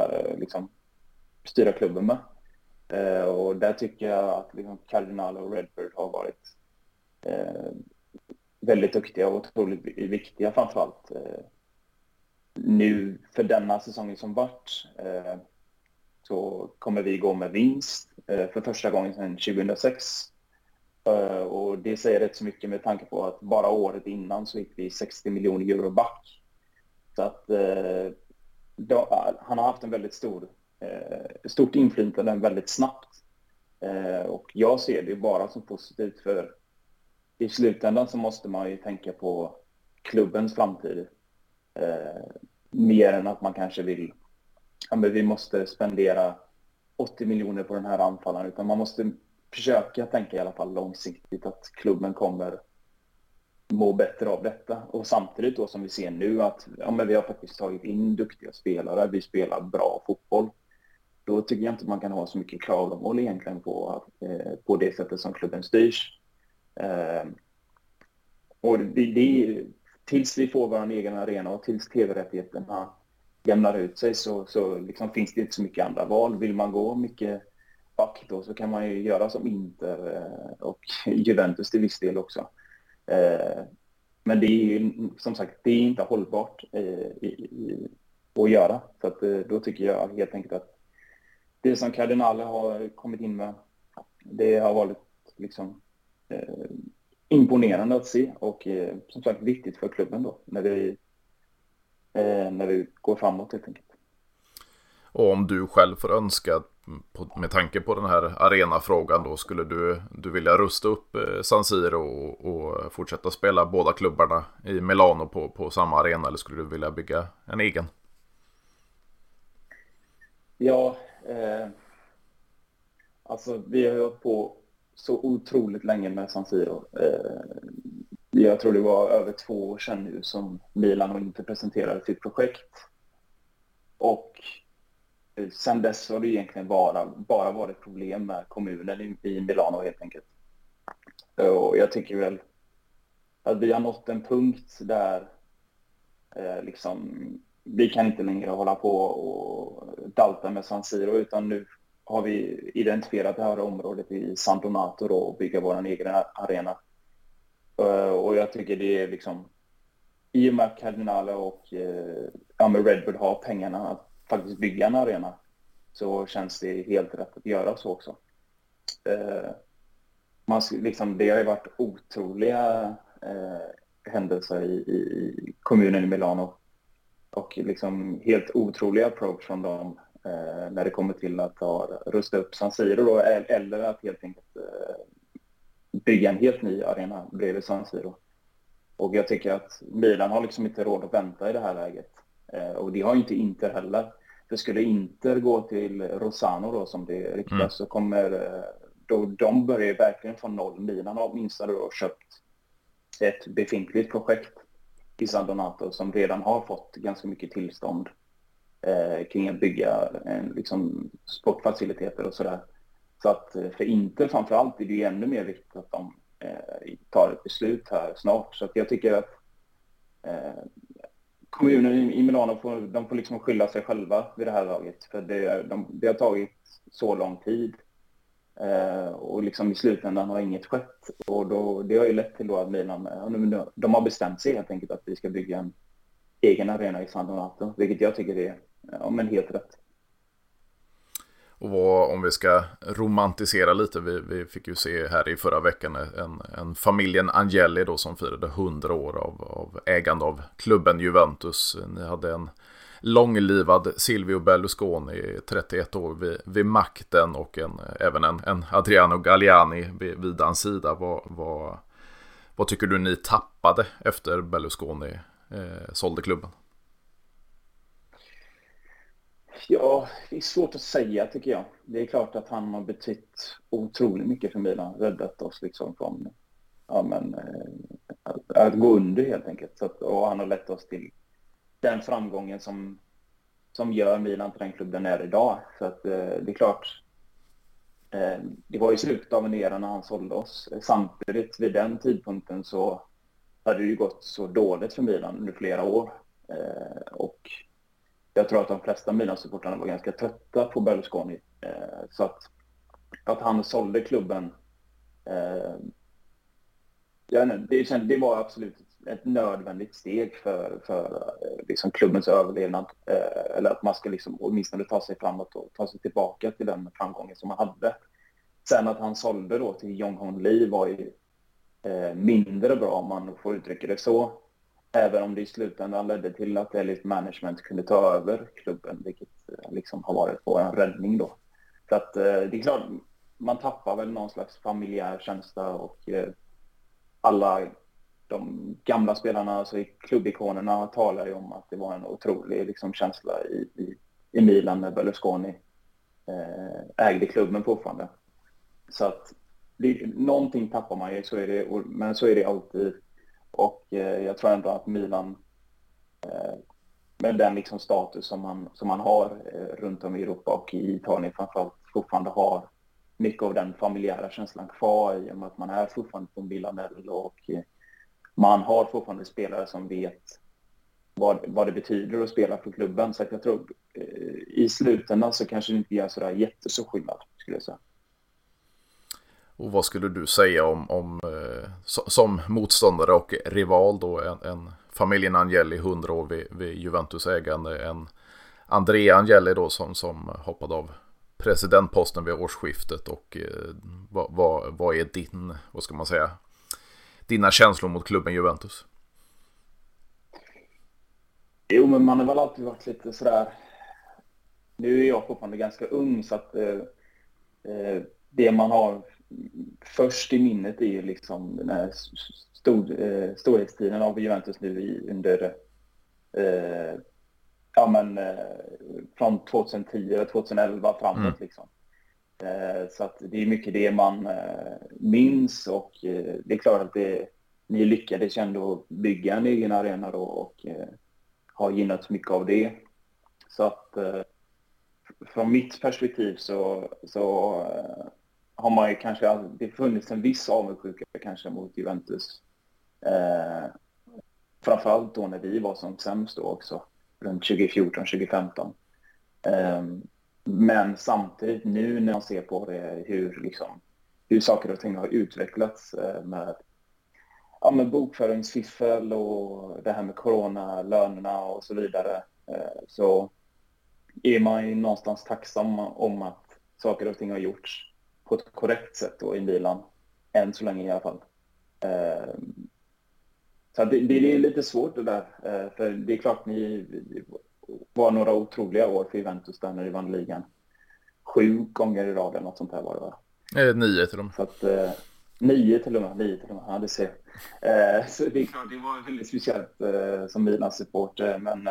styra klubben med. Och där tycker jag att liksom Cardinale och Redbird har varit väldigt duktiga och otroligt viktiga framförallt. Nu för denna säsongen som vart så kommer vi gå med vinst för första gången sedan 2006. Och det säger rätt så mycket med tanke på att bara året innan så gick vi 60 miljoner euro back. Så att han har haft en väldigt stort inflytande väldigt snabbt. Och jag ser det bara som positivt, för i slutändan så måste man ju tänka på klubbens framtid. Mer än att man kanske vill, men vi måste spendera 80 miljoner på den här anfallaren, utan man måste försöka tänka i alla fall långsiktigt att klubben kommer må bättre av detta. Och samtidigt då som vi ser nu att men vi har faktiskt tagit in duktiga spelare, vi spelar bra fotboll. Då tycker jag inte man kan ha så mycket klagomål egentligen på det sättet som klubben styrs. Eh, och tills vi får vår egen arena och tills tv-rättigheterna jämnar ut sig så liksom finns det inte så mycket andra val. Vill man gå mycket back då så kan man ju göra som Inter och Juventus till viss del också. Men det är ju som sagt, det är inte hållbart att göra. Så att, då tycker jag helt enkelt att det som Cardinale har kommit in med, det har varit liksom imponerande att se och som sagt viktigt för klubben då när vi går framåt helt enkelt. Och om du själv får önska med tanke på den här arenafrågan då, skulle du vilja rusta upp San Siro och fortsätta spela båda klubbarna i Milano på samma arena, eller skulle du vilja bygga en egen? Ja, alltså vi har hållit på så otroligt länge med San Siro. Jag tror det var över 2 år sedan nu som Milan och Inter presenterade sitt projekt. Och sen dess har det egentligen bara varit problem med kommunen i Milano helt enkelt. Och jag tycker väl att vi har nått en punkt där liksom, vi kan inte längre hålla på och dalta med San Siro, utan nu har vi identifierat det här området i San Donato då, och bygga vår egen arena. Och jag tycker det är liksom, i och med att Cardinale och med Redbird har pengarna att faktiskt bygga en arena, så känns det helt rätt att göra så också. Liksom, det har ju varit otroliga händelser i kommunen i Milano och liksom helt otroliga approach från dem när det kommer till att rusta upp San Siro då, eller att helt enkelt bygga en helt ny arena bredvid San Siro. Och jag tycker att Milan har liksom inte råd att vänta i det här läget. Och det har inte Inter heller. För skulle Inter gå till Rossano då, som det riktas, så kommer då de börjar verkligen från noll. Milan har åtminstone då köpt ett befintligt projekt i San Donato som redan har fått ganska mycket tillstånd kring att bygga liksom sportfaciliteter och sådär. Så att för Inter framförallt är det ju ännu mer viktigt att de tar ett beslut här snart. Så att jag tycker att kommunen i Milano får liksom skylla sig själva vid det här laget. För det har tagit så lång tid. Och liksom i slutändan har inget skett. Och det har ju lett till då att Milan de har bestämt sig helt enkelt att vi ska bygga en egen arena i San Donato. Vilket jag tycker är helt rätt. Och om vi ska romantisera lite, vi fick ju se här i förra veckan en familjen Agnelli då som firade 100 år av ägande av klubben Juventus. Ni hade en långlivad Silvio Berlusconi, 31 år vid makten, och även en Adriano Galliani vid hans sida. Vad tycker du ni tappade efter Berlusconi sålde klubben? Ja, det är svårt att säga tycker jag. Det är klart att han har betytt otroligt mycket för Milan, räddat oss liksom från att gå under helt enkelt. Och han har lett oss till den framgången som gör Milan till den klubben är idag. Så att det är klart, det var i slutet av en era när han sålde oss. Samtidigt vid den tidpunkten så hade det ju gått så dåligt för Milan under flera år. Och jag tror att de flesta Milan-supportrarna var ganska trötta på Berlusconi. Så att han sålde klubben, det var absolut ett nödvändigt steg för liksom klubbens överlevnad. Eller att man ska liksom åtminstone ta sig framåt och ta sig tillbaka till den framgången som man hade. Sen att han sålde då till Jong Hong Lee var ju mindre bra, om man får uttrycka det så. Även om det i slutändan ledde till att Elite Management kunde ta över klubben, vilket liksom har varit vår räddning då. Så att det är klart, man tappar väl någon slags familjär känsla, och alla de gamla spelarna, alltså i klubbikonerna, talar ju om att det var en otrolig liksom känsla i Milan när Berlusconi ägde klubben fortfarande. Så att någonting tappar man ju, men så är det alltid. Och jag tror ändå att Milan med den liksom status som man har runt om i Europa och i Italien framförallt fortfarande har mycket av den familjära känslan kvar i och med att man är fortfarande på Villanelle och man har fortfarande spelare som vet vad det betyder att spela för klubben. Så att jag tror i slutändan så kanske det inte gör sådär jättestor skillnad, skulle jag säga. Och vad skulle du säga om som motståndare och rival då, en familjen Agnelli 100 år vid Juventus ägande, en Andrea Agnelli då som hoppade av presidentposten vid årsskiftet, och vad är dina känslor mot klubben Juventus? Jo, men man har väl alltid varit lite sådär. Nu är jag fortfarande ganska ung, så att det man har först i minnet är ju liksom den här storhetstiden av Juventus nu under från 2010 eller 2011 framåt liksom. Så att det är mycket det man minns, och det är klart att ni lyckades ändå bygga en egen arena då, och har gynnat mycket av det. Så att från mitt perspektiv så har man ju kanske, det funnits en viss avundsjuka kanske mot Juventus. Framförallt då när vi var som sämst då också, runt 2014-2015. Men samtidigt nu när man ser på det, hur saker och ting har utvecklats med bokföringsfiffel och det här med coronalönerna och så vidare, så är man ju någonstans tacksam om att saker och ting har gjorts på ett korrekt sätt då i Milan, än så länge i alla fall. Så det är lite svårt det där, för det är klart ni var några otroliga år för Juventus där när ni vann ligan 7 gånger i rad eller något sånt här var det, va? 9 till dem. Så att 9 till och med, ja det ser. Så det är klart, det var väldigt speciellt som Milan-supporter, men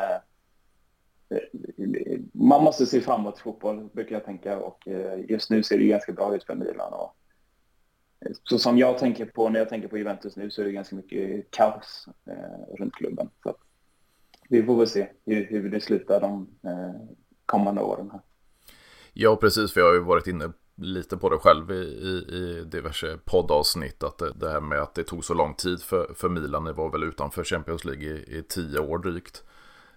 man måste se framåt i fotboll, brukar jag tänka, och just nu ser det ganska bra ut för Milan. Och så som jag tänker på när jag tänker på Juventus nu, så är det ganska mycket kaos runt klubben. Så att vi får väl se hur det slutar de kommande åren här. Ja, precis, för jag har ju varit inne lite på det själv i diverse poddavsnitt, att det här med att det tog så lång tid för Milan. Det var väl utanför Champions League i 10 år drygt,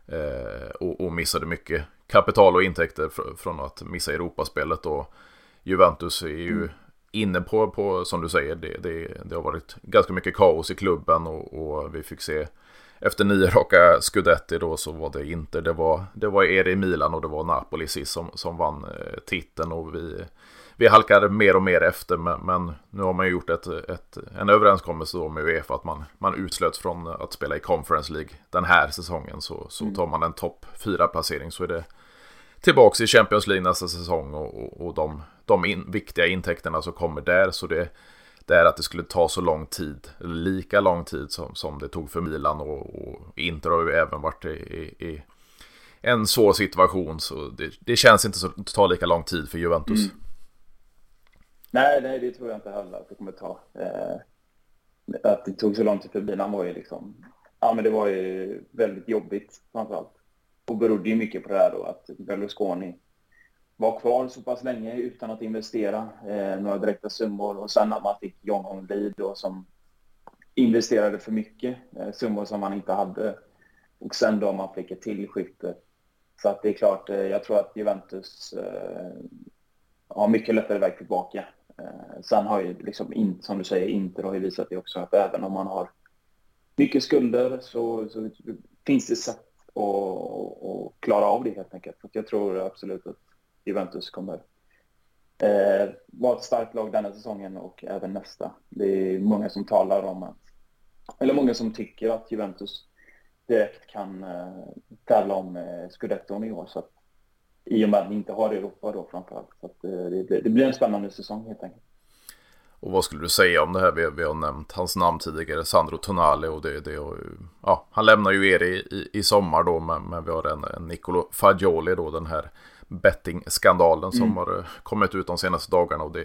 och missade mycket kapital och intäkter från att missa Europaspelet. Och Juventus är ju inne på som du säger, det har varit ganska mycket kaos i klubben, och vi fick se efter 9 raka Scudetti då, så var det inte, det var i Milan och det var Napoli sist som vann titeln, och vi halkade mer och mer efter, men nu har man ju gjort en överenskommelse då med UEFA att man utslöts från att spela i Conference League den här säsongen, så tar man en topp 4-placering, så är det tillbaks i Champions League nästa säsong, och de viktiga intäkterna som kommer där, så det är att det skulle ta så lång tid, lika lång tid som det tog för Milan, och Inter har ju även varit i en svår situation, så det känns inte så att det tar lika lång tid för Juventus. Nej, det tror jag inte heller att det kommer ta. Att det tog så lång tid för Milan var ju liksom, men det var ju väldigt jobbigt framförallt, och berodde ju mycket på det här då, att Berlusconi var kvar så pass länge utan att investera några direkta summor, och sen när man fick John Lee då som investerade för mycket summor som man inte hade, och sen då man fick ett tillskifte. Så att det är klart, jag tror att Juventus har mycket lättare väg tillbaka. Sen har ju liksom, som du säger, Inter har ju visat det också, att även om man har mycket skulder så finns det sätt att klara av det helt enkelt. Så jag tror absolut att Juventus kommer vara ett starkt lag denna säsongen och även nästa. Det är många som talar om många som tycker att Juventus direkt kan tävla om Scudetton i år, så att i och med att vi inte har Europa då framförallt, så att det blir en spännande säsong helt enkelt. Och vad skulle du säga om det här? Vi har nämnt hans namn tidigare, Sandro Tonali, och han lämnar ju er i sommar då, men vi har en Nicolo Fagioli då, den här betting-skandalen som har kommit ut de senaste dagarna, och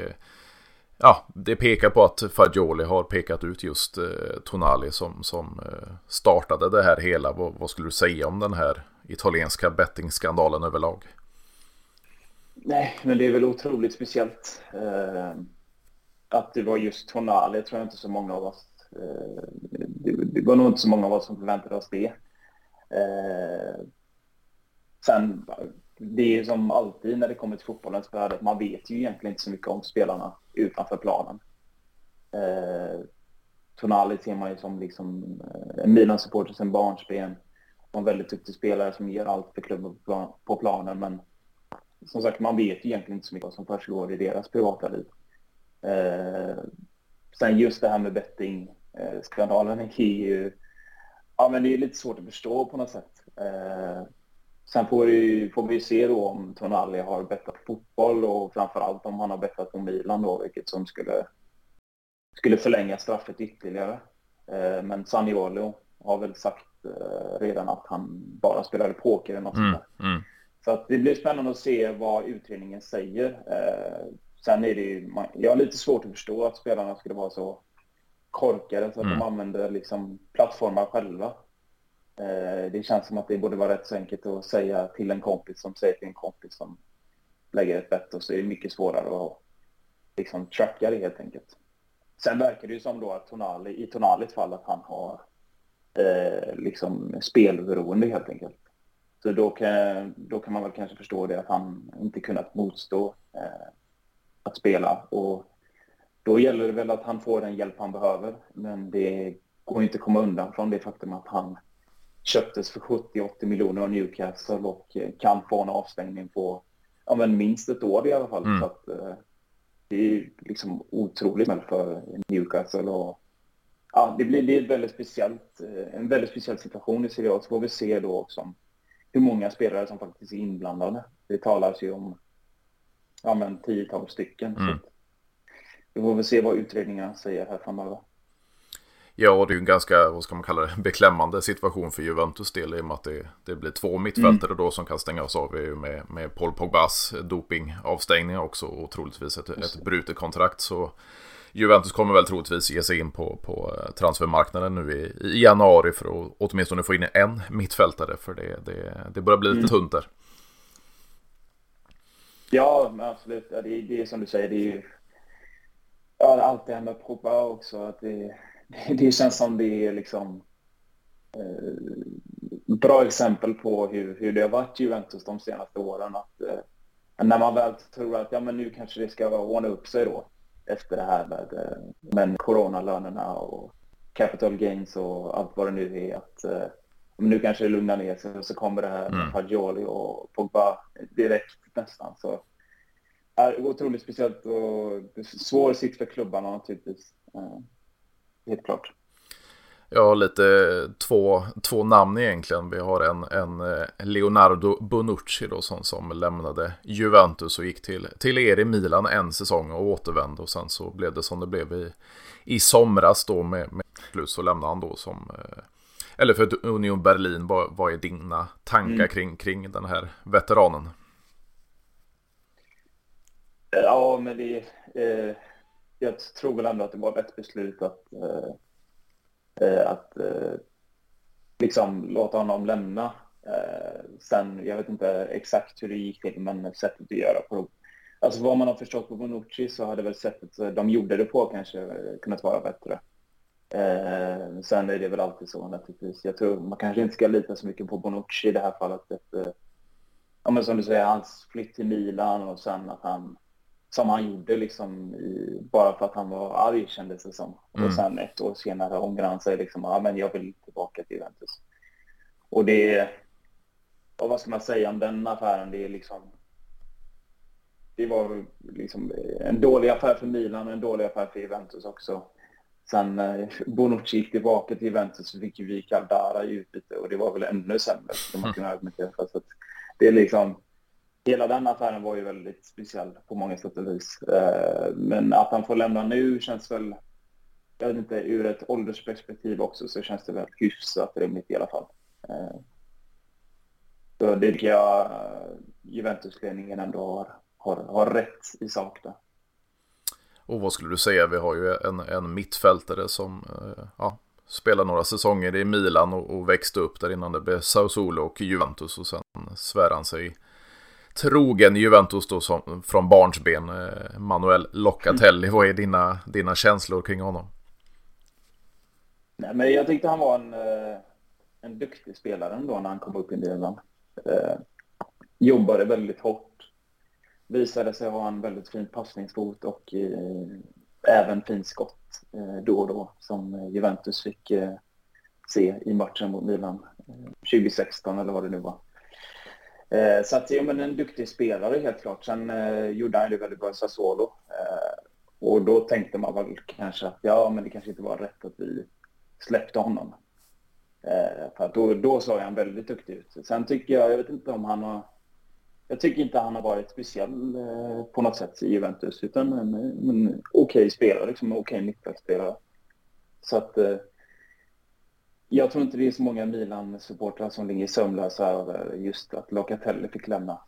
det pekar på att Fagioli har pekat ut just Tonali som startade det här hela. Vad skulle du säga om den här italienska betting-skandalen överlag? Nej, men det är väl otroligt speciellt att det var just Tonali. Jag tror inte så många av oss... det var nog inte så många av oss som förväntade oss det. Sen, det är som alltid när det kommer till fotbollens värld, att man vet ju egentligen inte så mycket om spelarna utanför planen. Tonali ser man ju som liksom, en Milan-supporter sen barnsben. En väldigt duktig spelare som ger allt för klubben på planen, men som sagt, man vet ju egentligen inte så mycket vad som försiggår i deras privata liv. Sen just det här med betting-skandalen är ju... Ja, men det är lite svårt att förstå på något sätt. Sen får vi se då om Tonali har bettat fotboll och framförallt om han har bettat på Milan då, vilket som skulle förlänga straffet ytterligare. Men Zaniolo har väl sagt redan att han bara spelade poker eller något sånt där. Så att det blir spännande att se vad utredningen säger. Sen är det ju, jag har lite svårt att förstå att spelarna skulle vara så korkade så att de använder liksom plattformar själva. Det känns som att det borde vara rätt så enkelt att säga till en kompis som säger till en kompis som lägger ett bett, och så är det mycket svårare att liksom tracka det helt enkelt. Sen verkar det ju som då att i Tonalis fall att han har liksom spelberoende helt enkelt. Så då kan man väl kanske förstå det, att han inte kunnat motstå att spela, och då gäller det väl att han får den hjälp han behöver, men det går inte att komma undan från det faktum att han köptes för 70-80 miljoner av Newcastle och kan få en avstängning på minst ett år i alla fall. Så att, det är liksom otroligt väl för Newcastle, och det är en väldigt speciell situation i Serie A. Så får vi se då också hur många spelare som faktiskt är inblandade. Det talas ju om 10-tal stycken. Så vi får väl se vad utredningarna säger här framöver. Ja, det är ju en ganska, vad ska man kalla det, beklämmande situation för Juventus del, i och med att det blir 2 mittfältare då som kan stängas av med Paul Pogbas dopingavstängning också, och troligtvis ett brutet kontrakt. Så Juventus kommer väl troligtvis ge sig in på transfermarknaden nu i januari för att åtminstone få in en mittfältare, för det börjar bli lite tunt där. Ja, men absolut. Ja, det är som du säger, det är ju allt det här med Pogba också, att det känns som det är liksom bra exempel på hur det har varit Juventus de senaste åren, att när man väl tror att men nu kanske det ska ordna upp sig då efter det här med coronalönerna och capital gains och allt vad det nu är, att nu kanske det lugnar ner sig, och så kommer det här med Fagioli och Pogba direkt nästan. Så är otroligt speciellt och svår sitt för naturligtvis. Helt klart. Ja, lite två namn egentligen. Vi har en Leonardo Bonucci då, som lämnade Juventus och gick till er i Milan en säsong och återvände, och sen så blev det som det blev i somras då med plus, så lämnade han då eller för Union Berlin. Vad är dina tankar kring den här veteranen? Ja, men jag tror väl ändå att det var rätt beslut att liksom låta honom lämna. Sen, jag vet inte exakt hur det gick till, men sättet att göra på. Alltså vad man har förstått på Bonucci, så hade väl sättet de gjorde det på kanske kunnat vara bättre. Sen är det väl alltid så naturligtvis. Jag tror man kanske inte ska lita så mycket på Bonucci i det här fallet. Men som du säger, hans flytt till Milan, och sen att han, som han gjorde liksom bara för att han var arg, kändes det som. Och sen ett år senare ångrar han sig liksom, men jag vill tillbaka till Juventus. Och och vad ska man säga om den affären? Det var liksom en dålig affär för Milan och en dålig affär för Juventus också. Sen Bonucci gick tillbaka till Juventus, så fick vi Caldara i utbyte, och det var väl ännu sämre som man kunde argumentera för. Så att det är liksom, hela den affären var ju väldigt speciell på många sätt och vis. Men att han får lämna nu känns väl, jag vet inte, ur ett åldersperspektiv också, så känns det väl hyfsat rimligt i alla fall. Så det tycker jag Juventus-ledningen ändå har rätt i sak där. Och vad skulle du säga? Vi har ju en mittfältare som spelar några säsonger i Milan och växte upp där innan det blev Sassuolo och Juventus, och sen svär han sig trogen Juventus då från barnsben, Manuel Locatelli. Vad är dina känslor kring honom? Nej, men jag tyckte han var en duktig spelare ändå när han kom upp i Milan. Jobbade väldigt hårt. Visade sig ha en väldigt fin passningsfot och även fin skott då och då som Juventus fick se i matchen mot Milan 2016 eller vad det nu var. Så att, ja, men en duktig spelare helt klart. Sen gjorde han det väldigt bra i Sassuolo. Och då tänkte man väl kanske att men det kanske inte var rätt att vi släppte honom. För att då såg han väldigt duktig ut. Sen tycker jag vet inte om jag tycker inte han har varit speciell på något sätt i Juventus, utan en okej spelare, liksom en okej mittbackspelare. Så att jag tror inte det är så många Milan-supportrar som ligger sömnlösa över just att Locatelli fick lämna.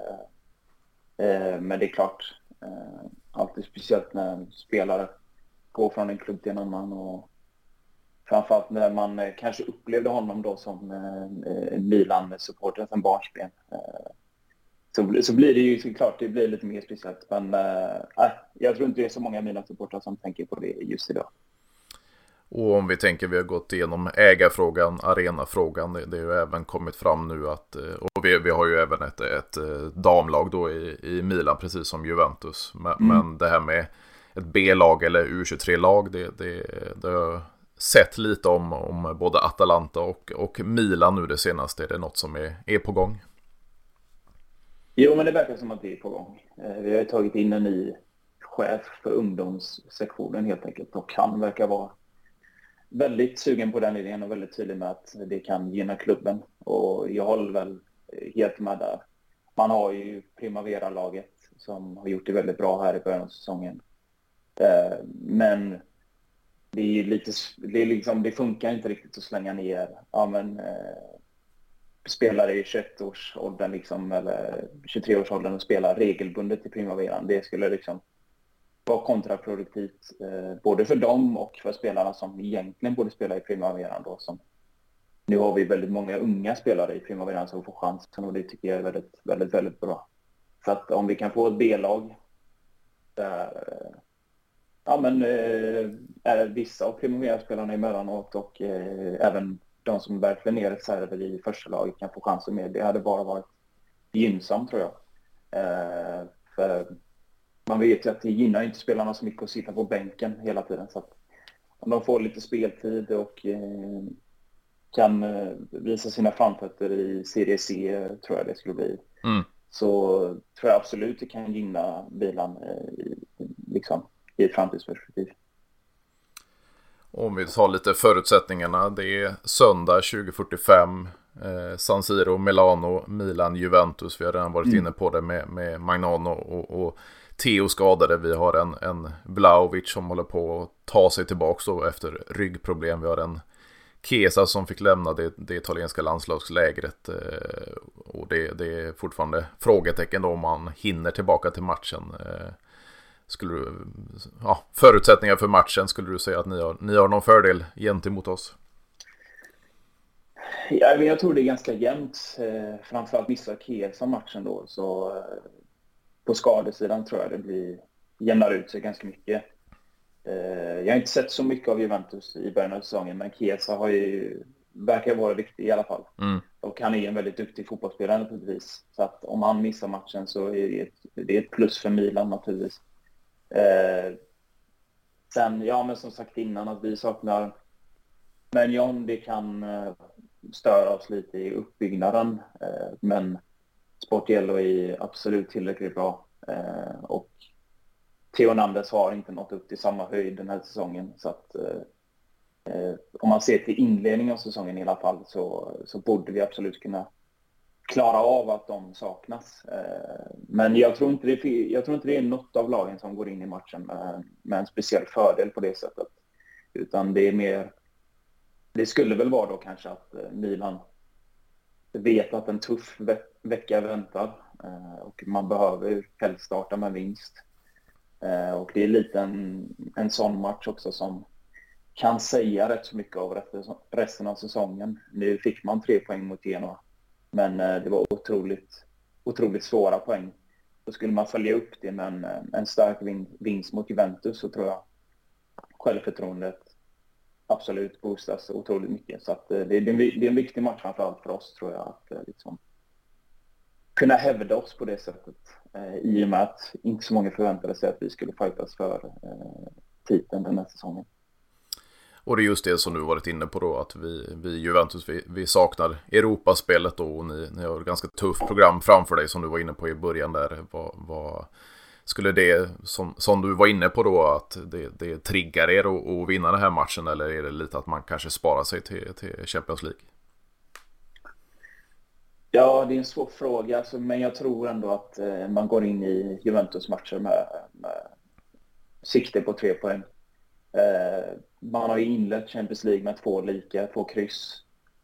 Men det är klart, alltid speciellt när en spelare går från en klubb till en annan, och framförallt när man kanske upplevde honom då som Milan-supporter som barnsben. Så blir det ju såklart, det blir lite mer speciellt. Men jag tror inte det är så många Milan-supportrar som tänker på det just idag. Och om vi tänker, vi har gått igenom ägarfrågan, arenafrågan, det har ju även kommit fram nu att, och vi har ju även ett damlag då i Milan, precis som Juventus. Men det här med ett B-lag eller U23-lag, det har sett lite om både Atalanta och Milan nu det senaste. Är det något som är på gång? Jo, men det verkar som att det är på gång. Vi har ju tagit in en ny chef för ungdomssektionen helt enkelt, och han verkar vara väldigt sugen på den idén och väldigt tydlig med att det kan gynna klubben. Och jag håller väl helt med där. Man har ju Primavera-laget som har gjort det väldigt bra här i början av säsongen. Men det är lite, det funkar inte riktigt att slänga ner spelare i 21-årsåldern liksom, eller 23-årsåldern och spela regelbundet i Primaveran. Det skulle liksom vara kontraproduktivt både för dem och för spelarna som egentligen borde spela i Primaveran då. Nu har vi väldigt många unga spelare i Primaveran som får chansen, och det tycker jag är väldigt, väldigt, väldigt bra. Så att om vi kan få ett B-lag där vissa av Primavera-spelarna emellanåt och även de som verkligen är reserver i första laget kan få chansen med, det hade bara varit gynnsamt, tror jag. För man vet ju att det gynnar inte spelarna så mycket att sitta på bänken hela tiden. Så att om de får lite speltid och kan visa sina framfötter i Serie C, tror jag det skulle bli. Så tror jag absolut det kan gynna Milan i ett framtidsperspektiv. Om vi tar lite förutsättningarna, det är söndag 20:45, San Siro, Milano, Milan, Juventus. Vi har redan varit inne på det med Magnano och Theo skadade. Vi har en Vlahovic som håller på att ta sig tillbaka då efter ryggproblem. Vi har en Chiesa som fick lämna det italienska landslagslägret, och det är fortfarande frågetecken då om man hinner tillbaka till matchen. Förutsättningar för matchen, skulle du säga att ni har någon fördel gentemot oss? Ja, jag tror det är ganska jämnt. Framförallt missar Chiesa matchen då, så på skadesidan tror jag det jämnar ut sig ganska mycket. Jag har inte sett så mycket av Juventus i början av säsongen, men Chiesa verkar vara viktig i alla fall. Och han är en väldigt duktig fotbollsspelare naturligtvis. Så att om han missar matchen så är det ett plus för Milan naturligtvis. Sen, men som sagt innan, att vi saknar Maignan, det kan störa oss lite i uppbyggnaden, men Sportiello är absolut tillräckligt bra, och Theo Hernandez har inte nått upp till samma höjd den här säsongen, så att om man ser till inledningen av säsongen i alla fall så borde vi absolut kunna klara av att de saknas. Men jag tror inte det är något av lagen som går in i matchen med en speciell fördel på det sättet. Utan det är mer, det skulle väl vara då kanske att Milan vet att en tuff vecka väntar, och man behöver helst starta med vinst. Och det är lite en sån match också som kan säga rätt så mycket av resten av säsongen. Nu fick man 3 poäng mot Genoa, men det var otroligt otroligt svåra poäng. Då skulle man följa upp det med en stark vinst mot Juventus, så tror jag självförtroendet absolut boostas otroligt mycket. Så att det är en viktig match framförallt för oss, tror jag, att liksom kunna hävda oss på det sättet. I och med att inte så många förväntade sig att vi skulle fightas för titeln den här säsongen. Och det är just det som du varit inne på då, att vi Juventus, vi saknar Europaspelet då, och ni har ett ganska tufft program framför dig som du var inne på i början där. Vad skulle det, som du var inne på då, att det triggar er att vinna den här matchen, eller är det lite att man kanske sparar sig till Champions League? Ja, det är en svår fråga, alltså, men jag tror ändå att man går in i Juventus-matcher med sikte på 3 poäng. Man har ju inlett Champions League med 2 kryss.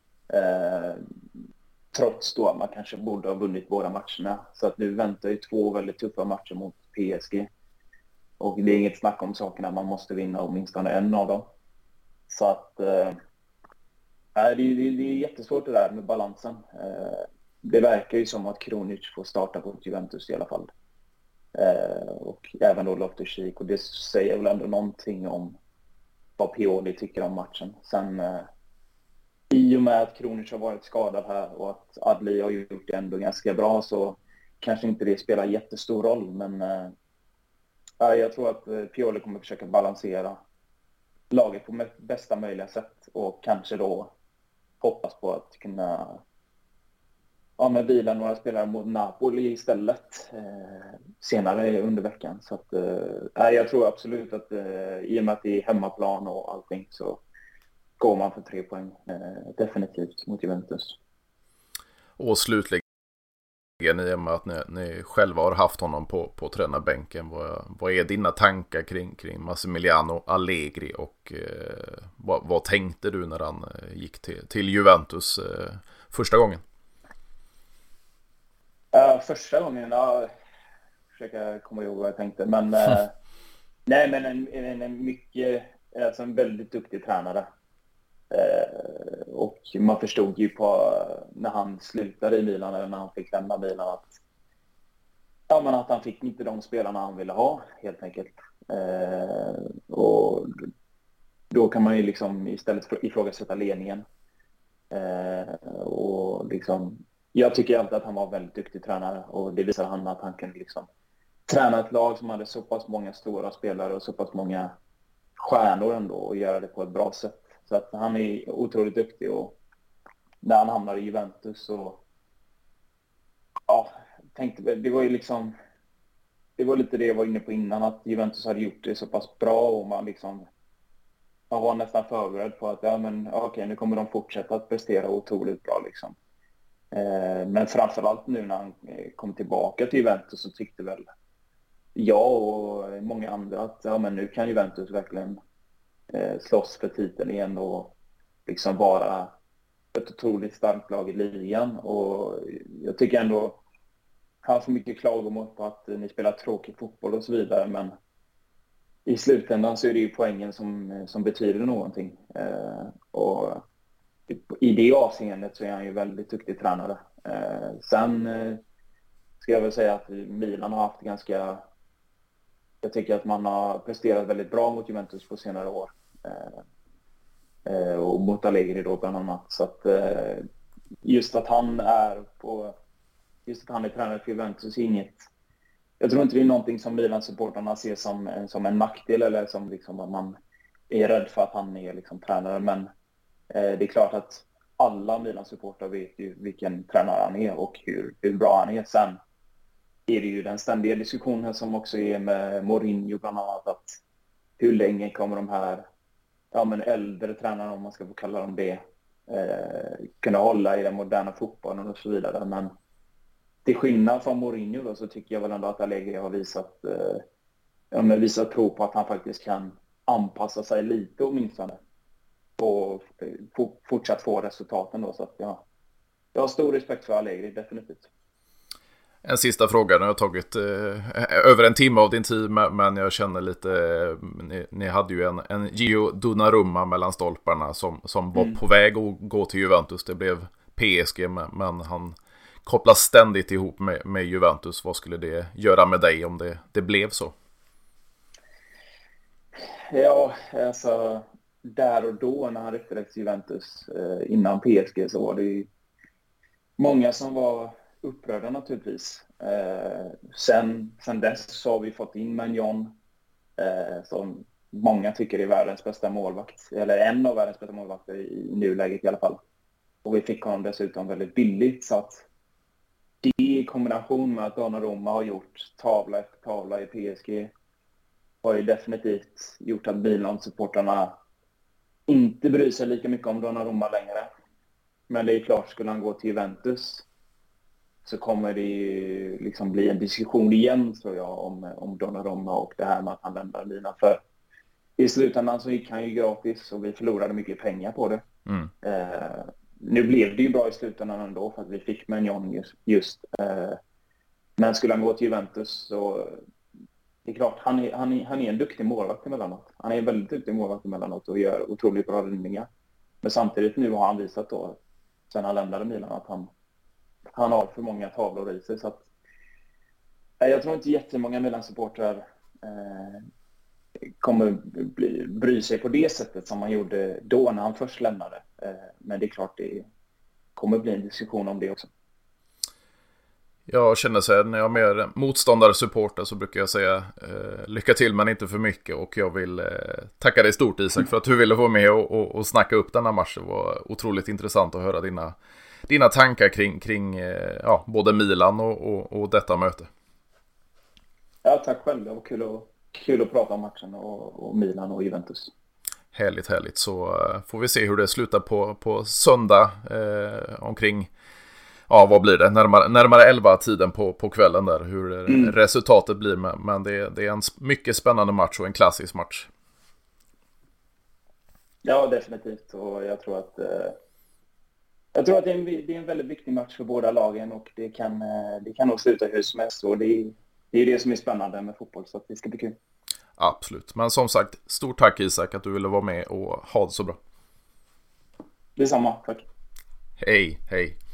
Trots då att man kanske borde ha vunnit båda matcherna. Så att nu väntar ju 2 väldigt tuffa matcher mot PSG. Och det är inget snack om sakerna, man måste vinna åtminstone en av dem. Så att det är jättesvårt det där med balansen. Det verkar ju som att Kronic får starta på Juventus i alla fall. Och även då Loftus-Cheek, och det säger väl ändå någonting om vad Pioli tycker om matchen. Sen i och med att Kronic har varit skadad här och att Adli har gjort det ändå ganska bra, så kanske inte det spelar jättestor roll, men jag tror att Pioli kommer försöka balansera laget på bästa möjliga sätt och kanske då hoppas på att kunna vila några spelare mot Napoli istället senare under veckan. Så att jag tror absolut att i och med att det är hemmaplan och allting, så går man för 3 poäng definitivt mot Juventus. Och slutligen, i och med att ni själva har haft honom på tränarbänken, vad är dina tankar kring Massimiliano Allegri, och vad tänkte du när han gick till Juventus första gången? Första gången, försöka komma ihåg vad jag tänkte, men nej, men en väldigt duktig tränare. Och man förstod ju när han slutade i Milan, eller när han fick lämna Milan, att han fick inte de spelarna han ville ha, helt enkelt. Och då kan man ju liksom istället ifrågasätta ledningen. Och liksom, jag tycker alltid att han var en väldigt duktig tränare, och det visar han att han kan liksom träna ett lag som hade så pass många stora spelare och så pass många stjärnor ändå, och göra det på ett bra sätt. Så att han är otroligt duktig, och när han hamnade i Juventus så tänkte det var ju liksom, det var lite det jag var inne på innan, att Juventus hade gjort det så pass bra, och man var nästan förberedd på att nu kommer de fortsätta att prestera otroligt bra liksom. Men framförallt nu när han kom tillbaka till Juventus, så tyckte väl jag och många andra att nu kan Juventus verkligen slåss för titeln igen och liksom vara ett otroligt starkt lag i ligan. Och jag tycker ändå han har så mycket klagomål på att ni spelar tråkig fotboll och så vidare, men i slutändan så är det ju poängen som betyder någonting. Och i det avseendet så är han ju väldigt duktig tränare. Sen ska jag väl säga att Milan har haft jag tycker att man har presterat väldigt bra mot Juventus på senare år. Och mot Allegri då bland annat. Så att just att han är tränare för Juventus är inget. Jag tror inte det är någonting som Milan-supportarna ser som en nackdel, eller som liksom att man är rädd för att han är liksom tränare. Men det är klart att alla Milan-supportrar vet ju vilken tränare han är och hur bra han är. Sen är det ju den ständiga diskussionen som också är med Mourinho bland annat, att hur länge kommer de här äldre tränarna, om man ska få kalla dem det, kunna hålla i den moderna fotbollen och så vidare. Men till skillnad från Mourinho då, så tycker jag väl ändå att Allegri har visat prov på att han faktiskt kan anpassa sig lite åtminstone och fortsatt få resultaten då. Så att jag har stor respekt för Allegri, definitivt. En sista fråga, nu har jag tagit över en timme av din tid, men jag känner lite, ni hade ju en Gio Donnarumma mellan stolparna som var på väg att gå till Juventus. Det blev PSG, men han kopplas ständigt ihop med Juventus. Vad skulle det göra med dig om det blev så? Ja, alltså där och då när han ryktades till Juventus innan PSG så var det ju många som var upprörda naturligtvis. Sen dess så har vi fått in Maignan som många tycker är världens bästa målvakt. Eller en av världens bästa målvakter i nuläget i alla fall. Och vi fick honom dessutom väldigt billigt. Så att det i kombination med att Donnarumma har gjort tavla efter tavla i PSG har ju definitivt gjort att Milan-supportarna inte bryr sig lika mycket om Donnarumma längre. Men det är klart, skulle han gå till Juventus så kommer det ju liksom bli en diskussion igen, tror jag, om Donnarumma och det här med att han lämnar Milan. För i slutändan så gick han ju gratis och vi förlorade mycket pengar på det. Nu blev det ju bra i slutändan ändå för att vi fick Maignan just. Men skulle han gå till Juventus så det är klart, han är en duktig målvakt emellanåt. Han är en väldigt duktig målvakt emellanåt och gör otroligt bra räddningar. Men samtidigt nu har han visat då, sen han lämnade Milan, att han har för många tavlor i sig. Så att, jag tror inte jättemånga Milan-supportrar kommer bry sig på det sättet som han gjorde då när han först lämnade. Men det är klart, det kommer bli en diskussion om det också. Jag känner så här, när jag är mer motståndarsupporter så brukar jag säga lycka till men inte för mycket. Och jag vill tacka dig stort, Isak, för att du ville vara med och snacka upp denna match. Det var otroligt intressant att höra dina tankar kring både Milan och detta möte. Ja, tack själv. Det var kul att prata om matchen och Milan och Juventus. Härligt. Så får vi se hur det slutar på söndag omkring, vad blir det? Närmare 11-tiden på kvällen där. Hur resultatet blir. Men det är en mycket spännande match och en klassisk match. Ja, definitivt. Och jag tror att det är en väldigt viktig match för båda lagen. Och det kan nog sluta hur som helst. Och det är det som är spännande med fotboll. Så att det ska bli kul. Absolut. Men som sagt, stort tack, Isak, att du ville vara med och ha det så bra. Detsamma, tack. Hej.